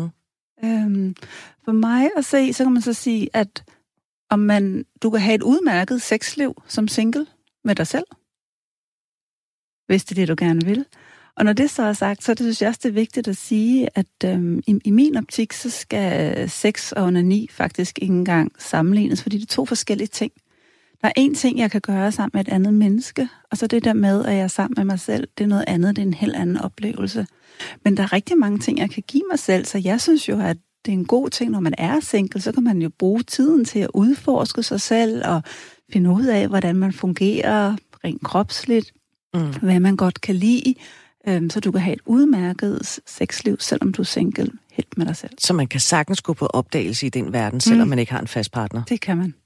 For mig at se, så kan man så sige, at du kan have et udmærket sexliv som single med dig selv, hvis det er det, du gerne vil. Og når det så er sagt, så synes jeg også, det er vigtigt at sige, at i min optik, så skal sex og onani faktisk ikke engang sammenlignes, fordi det er 2 forskellige ting. Der er en ting, jeg kan gøre sammen med et andet menneske, og så det der med, at jeg er sammen med mig selv, det er noget andet, det er en helt anden oplevelse. Men der er rigtig mange ting, jeg kan give mig selv, så jeg synes jo, at det er en god ting, når man er single, så kan man jo bruge tiden til at udforske sig selv og finde ud af, hvordan man fungerer rent kropsligt, hvad man godt kan lide, så du kan have et udmærket sexliv, selvom du er single, helt med dig selv. Så man kan sagtens gå på opdagelse i den verden, selvom man ikke har en fast partner? Det kan man.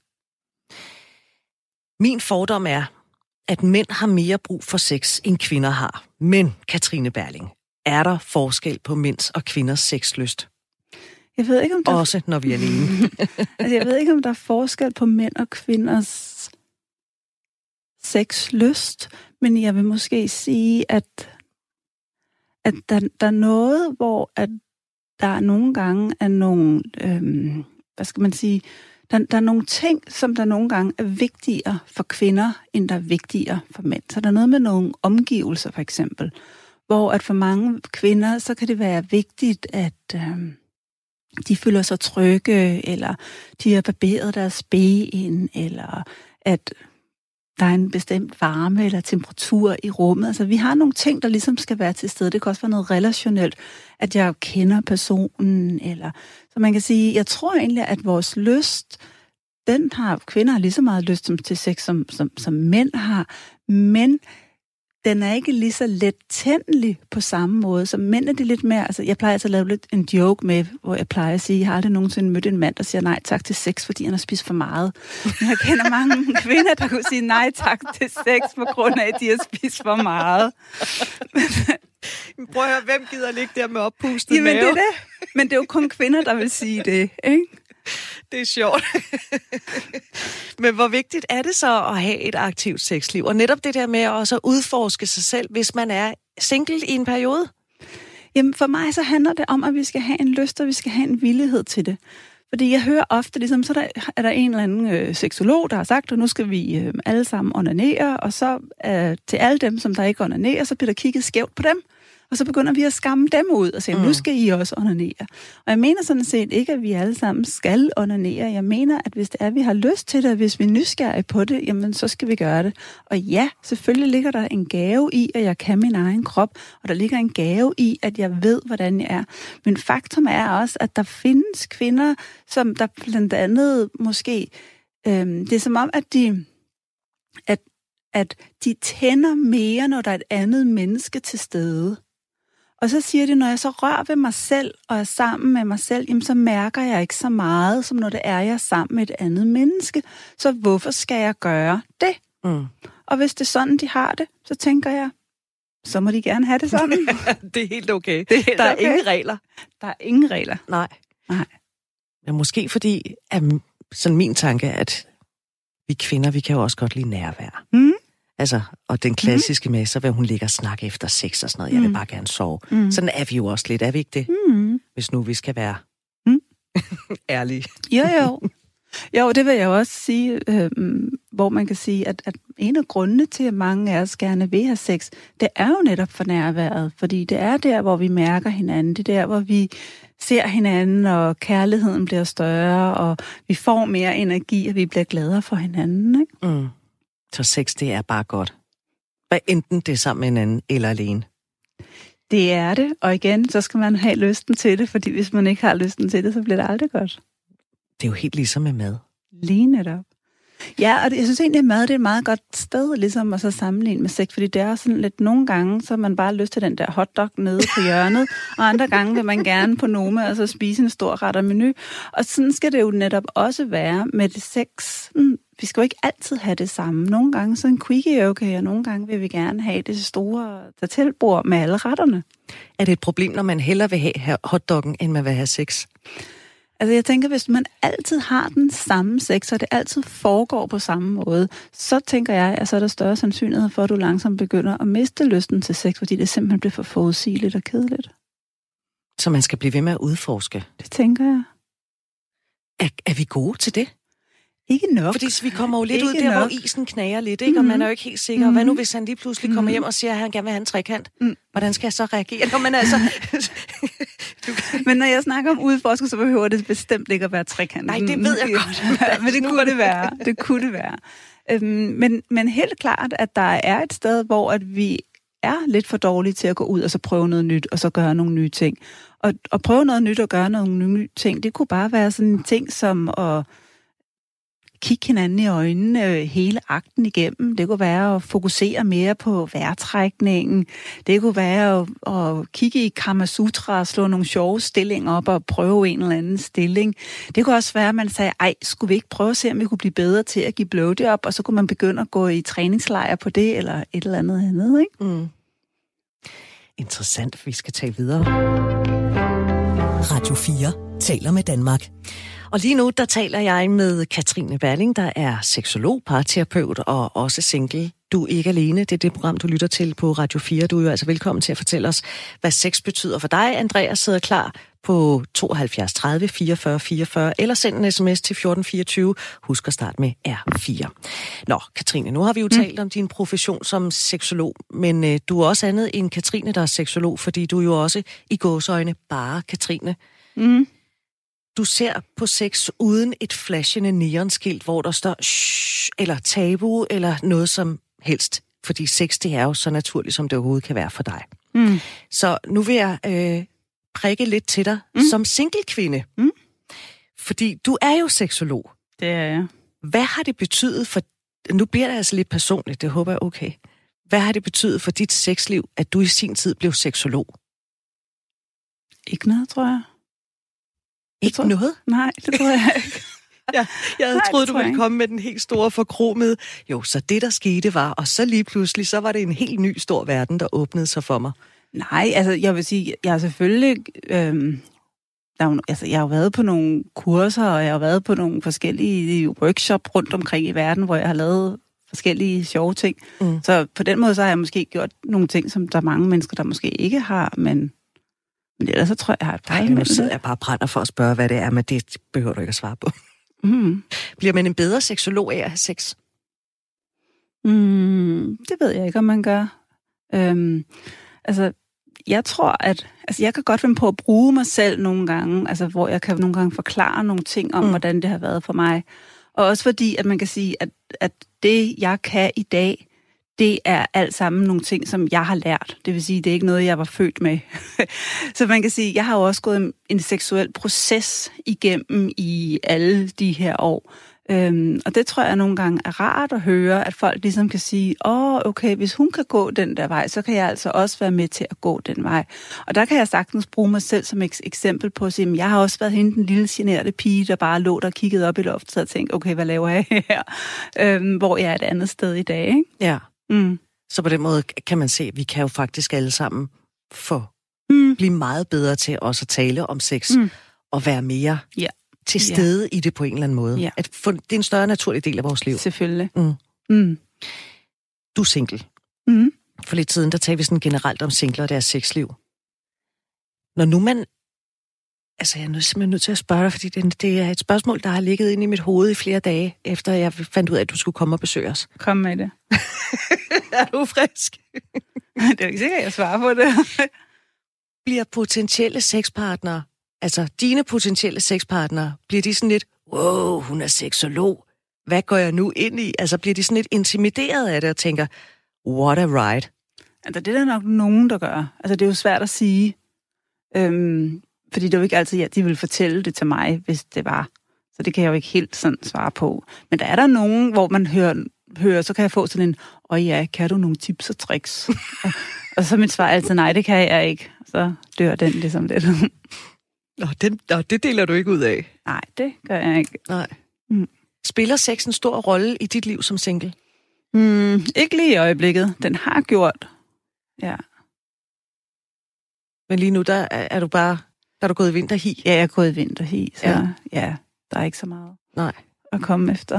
Min fordom er, at mænd har mere brug for sex, end kvinder har. Men, Katrine Berling, er der forskel på mænds og kvinders sexlyst? Jeg ved ikke, om der... Også når vi er alene. Altså, jeg ved ikke, om der er forskel på mænd og kvinders sexlyst, men jeg vil måske sige, at der er noget, hvor at der nogle gange er nogle, hvad skal man sige, der er nogle ting, som der nogle gange er vigtigere for kvinder, end der er vigtigere for mænd. Så der er noget med nogle omgivelser, for eksempel, hvor at for mange kvinder, så kan det være vigtigt, at de føler sig trygge, eller de har barberet deres ben, eller at der er en bestemt varme eller temperatur i rummet. Altså, vi har nogle ting, der ligesom skal være til stede. Det kan også være noget relationelt, at jeg kender personen, eller så man kan sige, jeg tror egentlig, at vores lyst, den har kvinder lige så meget lyst til sex, som mænd har, men den er ikke lige så let tændelig på samme måde. Så mænd er det lidt mere... Altså, jeg plejer altså at lave lidt en joke med, hvor jeg plejer at sige, jeg har aldrig nogensinde mødt en mand, der siger nej tak til sex, fordi han har spist for meget. Men jeg kender mange kvinder, der kunne sige nej tak til sex, på grund af, at de har spist for meget. Prøv at høre, hvem gider ligge der med oppustet mave? Jamen, det er det. Men det er jo kun kvinder, der vil sige det, ikke? Det er sjovt. Men hvor vigtigt er det så at have et aktivt sexliv? Og netop det der med at også udforske sig selv, hvis man er single i en periode? Jamen for mig så handler det om, at vi skal have en lyst, og vi skal have en villighed til det. Fordi jeg hører ofte, ligesom, så er der en eller anden seksolog, der har sagt, at nu skal vi alle sammen onanere, og så til alle dem, som der ikke onanerer, så bliver der kigget skævt på dem. Og så begynder vi at skamme dem ud og sige, nu skal I også onanere. Og jeg mener sådan set ikke, at vi alle sammen skal onanere. Jeg mener, at hvis det er, at vi har lyst til det, og hvis vi er nysgerrige på det, jamen så skal vi gøre det. Og ja, selvfølgelig ligger der en gave i, at jeg kan min egen krop, og der ligger en gave i, at jeg ved, hvordan jeg er. Men faktum er også, at der findes kvinder, som der blandt andet måske... det er som om, at de tænder mere, når der er et andet menneske til stede. Og så siger de, når jeg så rører ved mig selv og er sammen med mig selv, jamen så mærker jeg ikke så meget, som når det er, jeg er sammen med et andet menneske. Så hvorfor skal jeg gøre det? Og hvis det er sådan, de har det, så tænker jeg, så må de gerne have det sådan. Det er helt okay. Det er helt der er okay. ingen regler. Der er ingen regler. Nej. Men måske fordi, sådan min tanke, at vi kvinder, vi kan jo også godt lide nærvær. Altså, og den klassiske med, så vil hun ligge og snakke efter sex og sådan noget. Jeg vil bare gerne sove. Sådan er vi jo også lidt, er vi ikke det? Hvis nu vi skal være ærlige. Jo, det vil jeg også sige, hvor man kan sige, at en af grundene til, at mange af os gerne vil have sex, det er jo netop for nærværet. Fordi det er der, hvor vi mærker hinanden. Det er der, hvor vi ser hinanden, og kærligheden bliver større, og vi får mere energi, og vi bliver gladere for hinanden, ikke? Så sex, det er bare godt. Hvad enten det er sammen med hinanden eller alene. Det er det, og igen, så skal man have lysten til det, fordi hvis man ikke har lysten til det, så bliver det aldrig godt. Det er jo helt ligesom med mad. Lige netop. Ja, og jeg synes egentlig, at mad det er et meget godt sted, ligesom at så sammenligne med sex, fordi det er sådan lidt, nogle gange, så har man bare lyst til den der hotdog nede på hjørnet, og andre gange vil man gerne på Noma og så spise en stor rettermenu. Og sådan skal det jo netop også være med det sex. Vi skal jo ikke altid have det samme. Nogle gange så en quickie er okay, og nogle gange vil vi gerne have det store tartelbord med alle retterne. Er det et problem, når man hellere vil have hotdoggen, end man vil have sex? Altså jeg tænker, hvis man altid har den samme sex, og det altid foregår på samme måde, så tænker jeg, at så er der større sandsynlighed for, at du langsomt begynder at miste lysten til sex, fordi det simpelthen bliver for forudsigeligt og kedeligt. Så man skal blive ved med at udforske? Det tænker jeg. Er vi gode til det? Ikke nok. Fordi vi kommer jo lidt ud der, hvor isen knager lidt, ikke? Og man er jo ikke helt sikker. Hvad nu, hvis han lige pludselig kommer hjem og siger, at han gerne vil have en trekant? Hvordan skal jeg så reagere? Nå, men altså... Men når jeg snakker om udforske, så behøver det bestemt ikke at være trekant. Nej, det ved jeg godt. Men det kunne det være. Det kunne det være. Men helt klart, at der er et sted, hvor at vi er lidt for dårlige til at gå ud og så prøve noget nyt, og så gøre nogle nye ting. Og prøve noget nyt og gøre nogle nye ting, det kunne bare være sådan en ting som at kigge hinanden i øjnene hele akten igennem. Det kunne være at fokusere mere på vejrtrækningen. Det kunne være at kigge i Kama Sutra og slå nogle sjove stillinger op og prøve en eller anden stilling. Det kunne også være, at man sagde, skulle vi ikke prøve at se, om vi kunne blive bedre til at give blowjob, og så kunne man begynde at gå i træningslejr på det, eller et eller andet, ikke? Interessant, vi skal tale videre. Radio 4 taler med Danmark. Og lige nu, der taler jeg med Katrine Berling, der er seksolog, parterapeut og også single. Du er ikke alene. Det er det program, du lytter til på Radio 4. Du er jo altså velkommen til at fortælle os, hvad sex betyder for dig. Andreas sidder klar på 72 30 44 44, eller send en sms til 1424. Husk at starte med R4. Nå, Katrine, nu har vi jo talt om din profession som seksolog, men du er også andet end Katrine, der er seksolog, fordi du er jo også i gåseøjne bare Katrine. Du ser på sex uden et flashende neonskilt, hvor der står shh, eller tabu, eller noget som helst. Fordi sex, det er jo så naturligt, som det overhovedet kan være for dig. Så nu vil jeg prikke lidt til dig som single-kvinde. Fordi du er jo seksolog. Det er jeg. Hvad har det betydet for... Nu bliver det altså lidt personligt, det håber jeg okay. Hvad har det betydet for dit sexliv, at du i sin tid blev seksolog? Ikke noget, tror jeg. Ikke noget? Nej, det tror jeg ikke. Ja, jeg havde troet, du ville komme med den helt store forkromede. Jo, så det, der skete var, og så lige pludselig, så var det en helt ny stor verden, der åbnede sig for mig. Nej, altså jeg vil sige, jeg har selvfølgelig... jeg har været på nogle kurser, og jeg har været på nogle forskellige workshop rundt omkring i verden, hvor jeg har lavet forskellige sjove ting. Så på den måde, så har jeg måske gjort nogle ting, som der er mange mennesker, der måske ikke har, men ellers så tror jeg, jeg har et par. Nu sidder jeg bare og brænder for at spørge, hvad det er, men det behøver du ikke at svare på. Bliver man en bedre seksolog af at have sex? Det ved jeg ikke, om man gør. Jeg tror, at jeg kan godt finde på at bruge mig selv nogle gange, altså hvor jeg kan nogle gange forklare nogle ting om, hvordan det har været for mig. Og også fordi, at man kan sige, at det, jeg kan i dag, det er alt sammen nogle ting, som jeg har lært. Det vil sige, det er ikke noget, jeg var født med. Så man kan sige, jeg har jo også gået en seksuel proces igennem i alle de her år. Og det tror jeg nogle gange er rart at høre, at folk ligesom kan sige, okay, hvis hun kan gå den der vej, så kan jeg altså også være med til at gå den vej. Og der kan jeg sagtens bruge mig selv som eksempel på at sige, at jeg har også været hende den lille generte pige, der bare lå der og kiggede op i loftet og tænkte, okay, hvad laver jeg her? Hvor jeg er et andet sted i dag, ikke? Ja. Så på den måde kan man se, at vi kan jo faktisk alle sammen blive meget bedre til også at tale om sex og være mere til stede i det på en eller anden måde. At det er en større naturlig del af vores liv. Selvfølgelig. Du er single. For lidt siden, der talte vi sådan generelt om singler og deres sexliv. Når nu man... Altså, jeg er simpelthen nødt til at spørge dig, fordi det er et spørgsmål, der har ligget inde i mit hoved i flere dage, efter jeg fandt ud af, at du skulle komme og besøge os. Kom med det. Er du frisk? Det er jo ikke sikkert, at jeg svarer på det. Bliver potentielle sexpartnere, altså dine potentielle sexpartnere, bliver de sådan lidt, wow, hun er seksolog. Hvad går jeg nu ind i? Altså, bliver de sådan lidt intimideret af det og tænker, what a ride? Altså, det er der nok nogen, der gør. Altså, det er jo svært at sige. Fordi det er jo ikke altid, at de vil fortælle det til mig, hvis det var. Så det kan jeg jo ikke helt sådan svare på. Men der er der nogen, hvor man hører, så kan jeg få sådan en, kan du nogle tips og tricks? Og så mit svar er altid, nej, det kan jeg ikke. Så dør den ligesom lidt. Det deler du ikke ud af? Nej, det gør jeg ikke. Nej. Spiller sex en stor rolle i dit liv som single? Ikke lige i øjeblikket. Den har gjort. Ja. Men lige nu, der er du bare... Der er du gået i vinterhi? Ja, jeg er gået i vinterhi, så ja, der er ikke så meget at komme efter.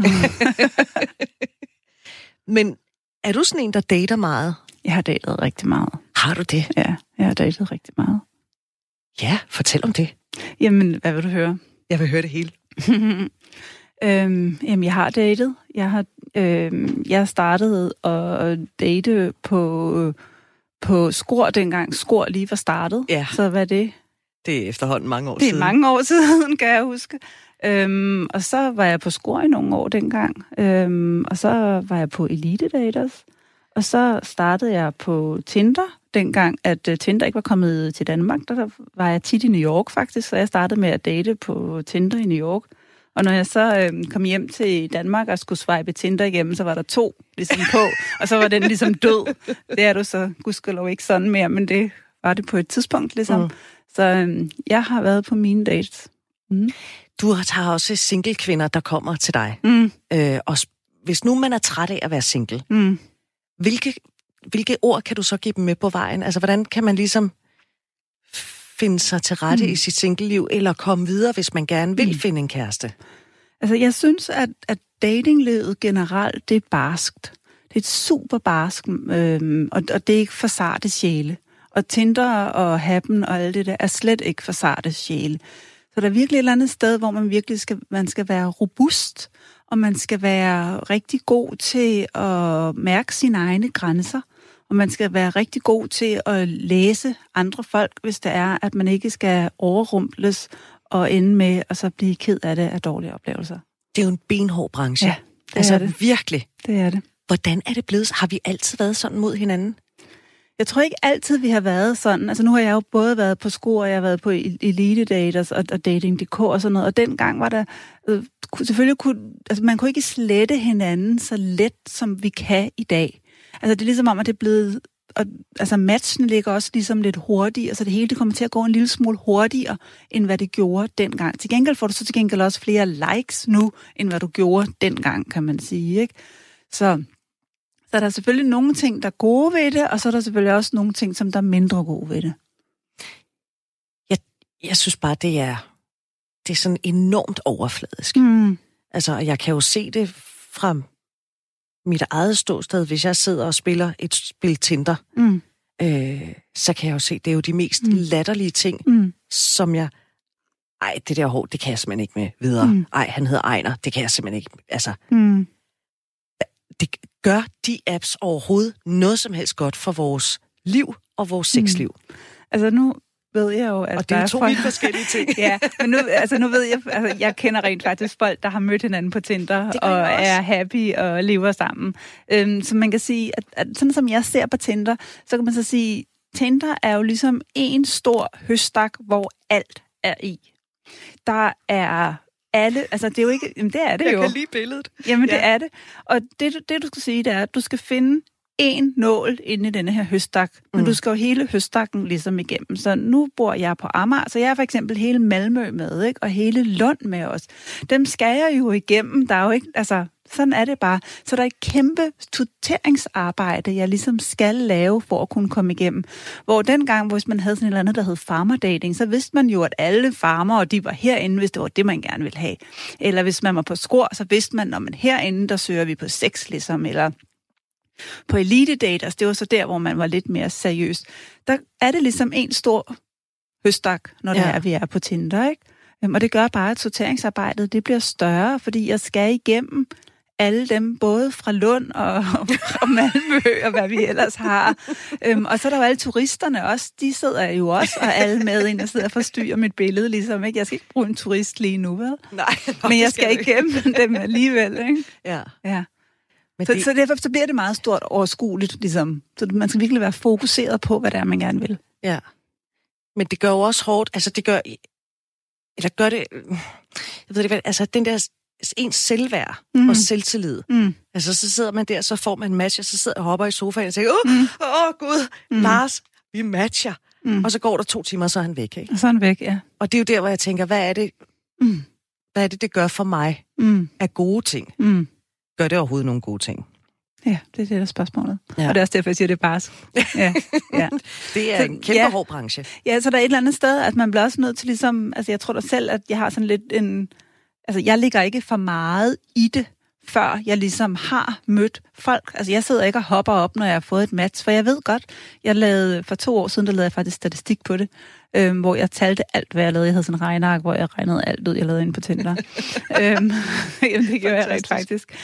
Men er du sådan en, der dater meget? Jeg har datet rigtig meget. Har du det? Ja, jeg har datet rigtig meget. Ja, fortæl om det. Jamen, hvad vil du høre? Jeg vil høre det hele. Jamen, jeg har datet. Jeg startede at date på Skor dengang. Skor lige var startet. Ja. Så hvad er det? Det er efterhånden mange år siden. Det er mange år siden, kan jeg huske. Og så var jeg på Skor i nogle år dengang. Og så var jeg på Elite Daters. Og så startede jeg på Tinder, dengang at Tinder ikke var kommet til Danmark. Der var jeg tit i New York faktisk, så jeg startede med at date på Tinder i New York. Og når jeg så kom hjem til Danmark og skulle swipe Tinder igennem, så var der 2 ligesom på, og så var den ligesom død. Det er du så gudskelov ikke sådan mere, men det var det på et tidspunkt ligesom. Så jeg har været på mine dates. Du har også single-kvinder, der kommer til dig. Og hvis nu man er træt af at være single, hvilke ord kan du så give dem med på vejen? Altså, hvordan kan man ligesom finde sig til rette i sit single-liv, eller komme videre, hvis man gerne vil finde en kæreste? Altså, jeg synes, at datinglivet generelt, det er barskt. Det er et super barsk, og det er ikke for sarte sjæle. Og Tinder og Happen og alt det der er slet ikke for sarte sjæle. Så der er virkelig et eller andet sted, hvor man virkelig skal være robust, og man skal være rigtig god til at mærke sine egne grænser, og man skal være rigtig god til at læse andre folk, hvis det er, at man ikke skal overrumples og ende med at så blive ked af det af dårlige oplevelser. Det er jo en benhård branche. Ja, det er det. Virkelig. Det er det. Hvordan er det blevet? Har vi altid været sådan mod hinanden? Jeg tror ikke altid, vi har været sådan. Altså nu har jeg jo både været på Sko, og jeg har været på Elite Daters og Dating.dk og sådan noget. Og dengang var der selvfølgelig man kunne ikke slette hinanden så let, som vi kan i dag. Altså det er ligesom om, at det er blevet... Altså matchen ligger også ligesom lidt hurtigere, så det hele det kommer til at gå en lille smule hurtigere, end hvad det gjorde dengang. Til gengæld får du så til gengæld også flere likes nu, end hvad du gjorde dengang, kan man sige, ikke? Så der er selvfølgelig nogle ting, der er gode ved det, og så er der selvfølgelig også nogle ting, som der er mindre gode ved det. Jeg synes bare, det er sådan enormt overfladisk. Altså, jeg kan jo se det fra mit eget ståsted, hvis jeg sidder og spiller et spil Tinder, så kan jeg jo se, det er jo de mest latterlige ting, som jeg... Ej, det der hår, det kan jeg simpelthen ikke med videre. Ej, han hedder Ejner, det kan jeg simpelthen ikke... Altså, det gør de apps overhovedet noget som helst godt for vores liv og vores sexliv. Altså nu ved jeg jo, at og det er to vidt forskellige ting. Ja, men nu ved jeg, altså jeg kender rent faktisk folk, der har mødt hinanden på Tinder og er happy og lever sammen. Så man kan sige, at sådan som jeg ser på Tinder, så kan man så sige, Tinder er jo ligesom en stor høstak, hvor alt er i. Der er alle, altså det er jo ikke, jamen det er det jo. Jeg kan lide billedet. Jamen det er det. Og det du skal sige, det er, at du skal finde en nål inde i denne her høstak, men du skal jo hele høstakken ligesom igennem. Så nu bor jeg på Amager, så jeg er for eksempel hele Malmø med, ikke? Og hele Lund med os. Dem skal jeg jo igennem. Der er jo ikke, altså sådan er det bare. Så der er et kæmpe tutoringsarbejde, jeg ligesom skal lave for at kunne komme igennem. Hvor dengang, hvis man havde sådan et eller andet, der hed farmerdating, så vidste man jo, at alle farmer, og de var herinde, hvis det var det, man gerne ville have. Eller hvis man var på Skor, så vidste man, når man herinde, der søger vi på sex, ligesom, eller på Elite Daters, det var så der, hvor man var lidt mere seriøs. Der er det ligesom en stor høstak, når det er, vi er på Tinder, ikke? Og det gør bare, at sorteringsarbejdet, det bliver større, fordi jeg skal igennem alle dem, både fra Lund og Malmø, og hvad vi ellers har. Og så er der jo alle turisterne også, de sidder jo også, og alle med ind og sidder og forstyrrer mit billede, ligesom, ikke? Jeg skal ikke bruge en turist lige nu, vel? Nej. Men jeg skal igennem dem alligevel, ikke? Ja. Så derfor så bliver det meget stort overskueligt, ligesom. Så man skal virkelig være fokuseret på, hvad det er, man gerne vil. Ja. Men det gør jo også hårdt, altså det gør det, jeg ved ikke hvad, altså den der ens selvværd og selvtillid. Altså så sidder man der, så får man en match, og så sidder jeg og hopper i sofaen og tænker, Gud, Lars, vi matcher. Og så går der 2 timer, og så er han væk, ikke? Og så er han væk, ja. Og det er jo der, hvor jeg tænker, hvad er det, det gør for mig af gode ting? Gør det overhovedet nogle gode ting? Ja, det er det, der er spørgsmålet. Ja. Og det er også derfor, jeg siger, det er bare. Ja. Det er en kæmpe hård branche. Ja, så der er et eller andet sted, at man bliver også nødt til ligesom... Altså, jeg tror da selv, at jeg har sådan lidt en... Altså, jeg ligger ikke for meget i det, før jeg ligesom har mødt folk. Altså, jeg sidder ikke og hopper op, når jeg har fået et match, for jeg ved godt, for 2 år siden, der lavede jeg faktisk statistik på det, hvor jeg talte alt, hvad jeg lavede. Jeg havde sådan en regneark, hvor jeg regnede alt ud, jeg lavede inde på Tinder. Jamen, det gjorde jeg rent faktisk.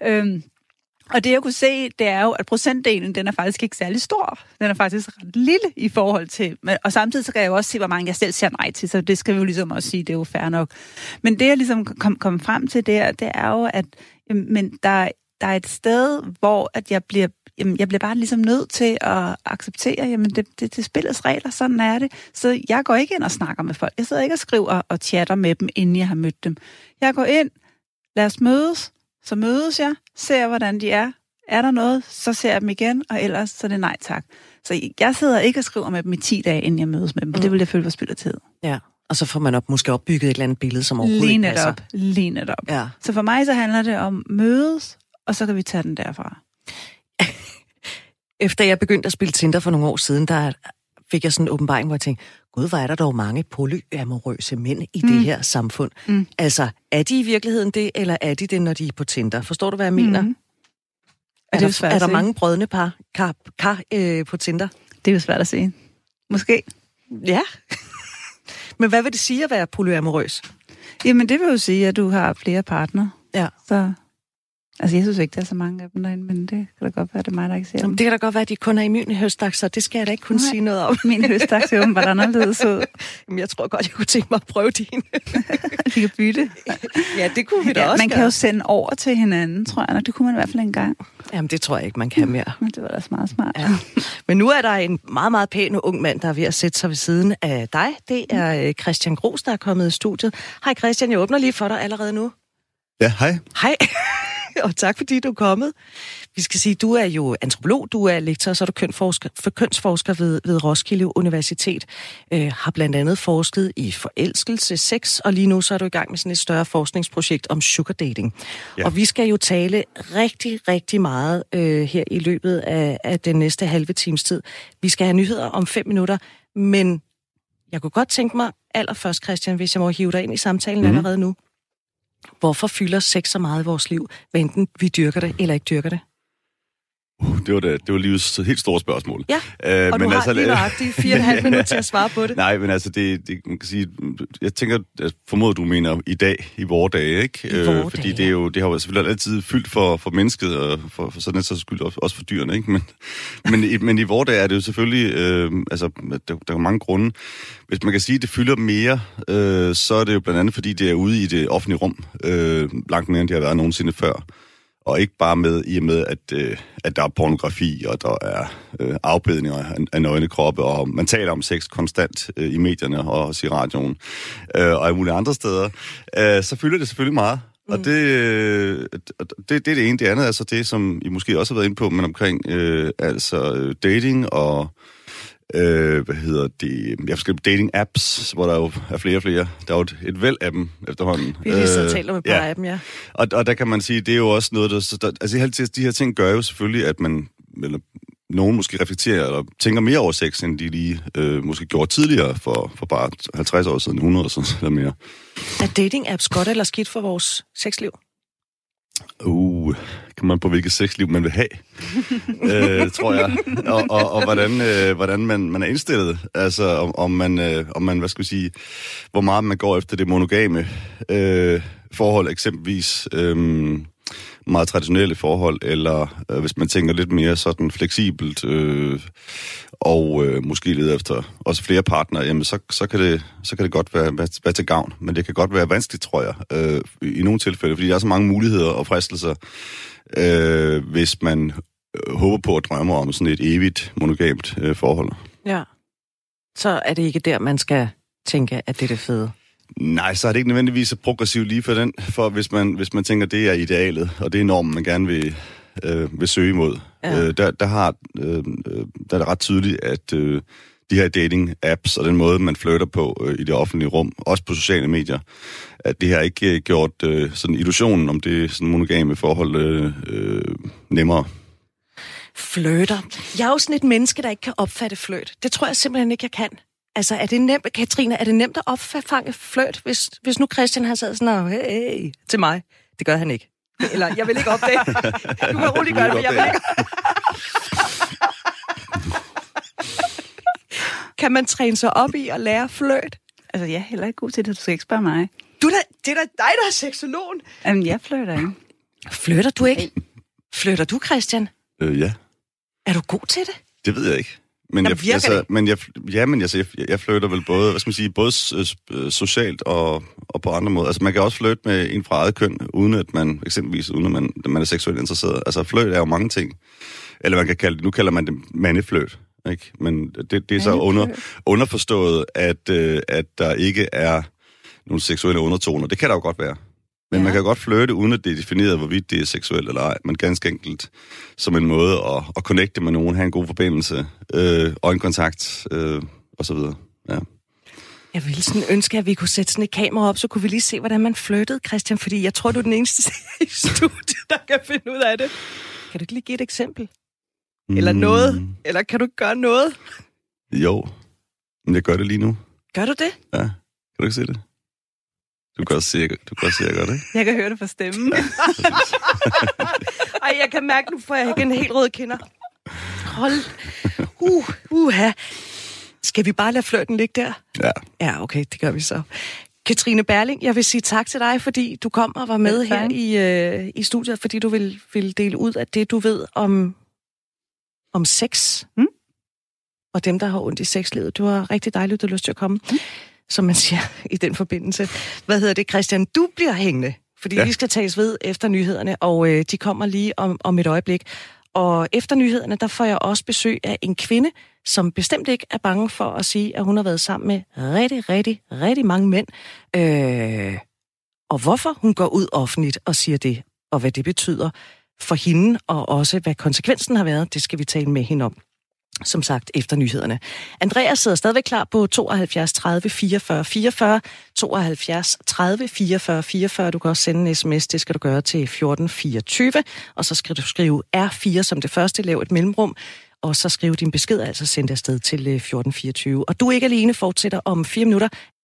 Og det, jeg kunne se, det er jo, at procentdelen, den er faktisk ikke særlig stor. Den er faktisk ret lille i forhold til... Og samtidig så kan jeg jo også se, hvor mange jeg selv siger nej til, så det skal vi jo ligesom også sige, det er jo fair nok. Men det, jeg ligesom kom frem til der, det er jo, at men der er et sted, hvor at jeg bliver bare ligesom nødt til at acceptere, jamen det spillets regler, sådan er det. Så jeg går ikke ind og snakker med folk. Jeg sidder ikke og skriver og chatter med dem, inden jeg har mødt dem. Jeg går ind, lad os mødes, så mødes jeg, ser hvordan de er. Er der noget, så ser jeg dem igen, og ellers så er det nej tak. Så jeg sidder ikke og skriver med dem i 10 dage, inden jeg mødes med dem, og det vil jeg føle for spild af tid. Ja, og så får man måske opbygget et eller andet billede, som overhovedet ikke passer. Lige netop. Ja. Så for mig så handler det om mødes, og så kan vi tage den derfra. Efter jeg begyndte at spille Tinder for nogle år siden, der fik jeg sådan en åbenbaring, hvor jeg tænkte, gud, hvor er der dog mange polyamorøse mænd i det her samfund. Altså, er de i virkeligheden det, eller er de det, når de er på Tinder? Forstår du, hvad jeg mener? Er der mange brødne par på Tinder? Det er jo svært at se. Måske. Ja. Men hvad vil det sige at være polyamorøs? Jamen, det vil jo sige, at du har flere partnere. Ja. Så, altså, jeg synes ikke, der er så mange af dem derinde, men det kan da godt være, det er mig, der ikke ser dem. Det kan da godt være, at de kun er i min høstak, så det skal jeg da ikke kunne sige noget om. Min høstak ser åbenbart anderledes ud. Jamen, jeg tror godt, jeg kunne tænke mig at prøve din. De kan bytte. Ja, det kunne vi da også man kan jo sende over til hinanden, tror jeg nok. Det kunne man i hvert fald engang. Jamen, det tror jeg ikke, man kan mere. Men det var da meget smart. Ja. Men nu er der en meget, meget pæn ung mand, der er ved at sætte sig ved siden af dig. Det er Christian Gros, der er kommet i studiet. Hej Christian, jeg åbner lige for dig allerede nu. Ja, hej. Hej, og tak fordi du er kommet. Vi skal sige, du er jo antropolog, du er lektor, så er du kønsforsker ved Roskilde Universitet. Har blandt andet forsket i forelskelse, sex, og lige nu så er du i gang med sådan et større forskningsprojekt om sugar dating. Ja. Og vi skal jo tale rigtig, rigtig meget her i løbet af den næste halve times tid. Vi skal have nyheder om 5 minutter, men jeg kunne godt tænke mig allerførst, Christian, hvis jeg må hive dig ind i samtalen allerede nu. Hvorfor fylder sex så meget i vores liv, hvad enten vi dyrker det eller ikke dyrker det? Det var livets helt store spørgsmål. Ja, og men du har lige nøjagtigt 4,5 minutter til at svare på det. Nej, men altså, det man kan sige, jeg tænker, at formoder du mener i dag, i vore dage, ikke? Fordi det har jo selvfølgelig altid fyldt for mennesket, og for sådan et så skyld også for dyrene, ikke? Men i vore dage er det jo selvfølgelig, der er mange grunde. Hvis man kan sige, at det fylder mere, så er det jo blandt andet, fordi det er ude i det offentlige rum, langt mere end det har været nogensinde før. Og ikke bare i og med, at der er pornografi, og der er afbedninger af nøgne kroppe, og man taler om sex konstant i medierne og også i radioen, og i mulige andre steder, så fylder det selvfølgelig meget. Og det er det ene. Det andet er altså det, som I måske også har været inde på, men omkring dating og jeg skal dating-apps, hvor der jo er flere og flere. Der er jo et væld af dem efterhånden. Vi har lige siddet og talt om et par af dem, ja. Og der kan man sige, det er jo også noget, altså de her ting gør jo selvfølgelig, at man, eller nogen måske reflekterer eller tænker mere over sex, end de lige måske gjorde tidligere for bare 50 år siden, 100 år siden eller mere. Er dating-apps godt eller skidt for vores sexliv? Kan man på hvilket sexliv man vil have, tror jeg. Og hvordan man er indstillet. Altså, om man, hvad skal vi sige, hvor meget man går efter det monogame forhold, eksempelvis meget traditionelle forhold, eller hvis man tænker lidt mere sådan fleksibelt, og måske leder efter også flere partnere, jamen så kan det godt være til gavn, men det kan godt være vanskeligt, tror jeg, i nogle tilfælde, fordi der er så mange muligheder og fristelser, hvis man håber på at drømme om sådan et evigt monogamt forhold. Ja. Så er det ikke der, man skal tænke, at det er det fede? Nej, så er det ikke nødvendigvis så progressivt lige for hvis man tænker, det er idealet, og det er normen, man gerne vil søge imod. Ja. Der er det ret tydeligt, at de her dating-apps og den måde, man flytter på i det offentlige rum, også på sociale medier, at det har ikke gjort sådan illusionen om det sådan monogame forhold nemmere. Flirter. Jeg er jo sådan et menneske, der ikke kan opfatte flirt. Det tror jeg simpelthen ikke, jeg kan. Altså, er det nemt, Katrine, er det nemt at opfange flirt, hvis nu Christian har sagt sådan, hey, til mig? Det gør han ikke. Eller, jeg vil ikke opdage. Du kan roligt gøre det, men jeg vil ikke. Kan man træne sig op i at lære flirt? Altså, jeg er heller ikke god til det. Du skal ikke spørge mig. Det er da dig, der er seksologen. Jamen, jeg flirter ikke. Flirter du ikke? Flirter du, Christian? Ja. Er du god til det? Det ved jeg ikke. Men jeg flirter vel både, hvad skal man sige, både socialt og på andre måder. Altså man kan også flirte med en fra eget køn, uden at man er seksuelt interesseret. Altså flirt er jo mange ting. Eller man kan kalde det, nu kalder man det mandeflirt, ikke? Men det er så underforstået, at der ikke er nogle seksuelle undertoner. Det kan der jo godt være. Men man kan godt flirte, uden at det er defineret, hvorvidt det er seksuelt eller ej. Men ganske enkelt som en måde at connecte med nogen, have en god forbindelse, øjenkontakt og så videre. Ja. Jeg ville sådan ønske, at vi kunne sætte sådan et kamera op, så kunne vi lige se, hvordan man flirtede, Christian. Fordi jeg tror, du er den eneste i studiet, der kan finde ud af det. Kan du ikke lige give et eksempel? Eller noget? Eller kan du ikke gøre noget? Jo, men jeg gør det lige nu. Gør du det? Ja, kan du ikke se det? Du kan også se, jeg gør det, ikke? Jeg kan høre det fra stemmen. Ej, jeg kan mærke, nu får jeg igen helt røde kinder. Hold. Skal vi bare lade flirten ligge der? Ja. Ja, okay, det gør vi så. Katrine Berling, jeg vil sige tak til dig, fordi du kom og var med her i studiet, fordi du vil dele ud af det, du ved om sex. Og dem, der har ondt i sexlivet. Det var rigtig dejligt, du har lyst til at komme, som man siger i den forbindelse. Hvad hedder det, Christian? Du bliver hængende, fordi vi skal tages ved efter nyhederne, og de kommer lige om et øjeblik. Og efter nyhederne, der får jeg også besøg af en kvinde, som bestemt ikke er bange for at sige, at hun har været sammen med rigtig mange mænd. Og hvorfor hun går ud offentligt og siger det, og hvad det betyder for hende, og også hvad konsekvensen har været, det skal vi tale med hende om. Som sagt, efter nyhederne. Andreas sidder stadigvæk klar på 72 30 44 44, 72 30 44 44. Du kan også sende en sms, det skal du gøre til 1424, og så skal du skrive R4 som det første, lav et mellemrum, og så skrive din besked, altså send det afsted til 1424. Og du er ikke alene, fortsætter om 4 minutter.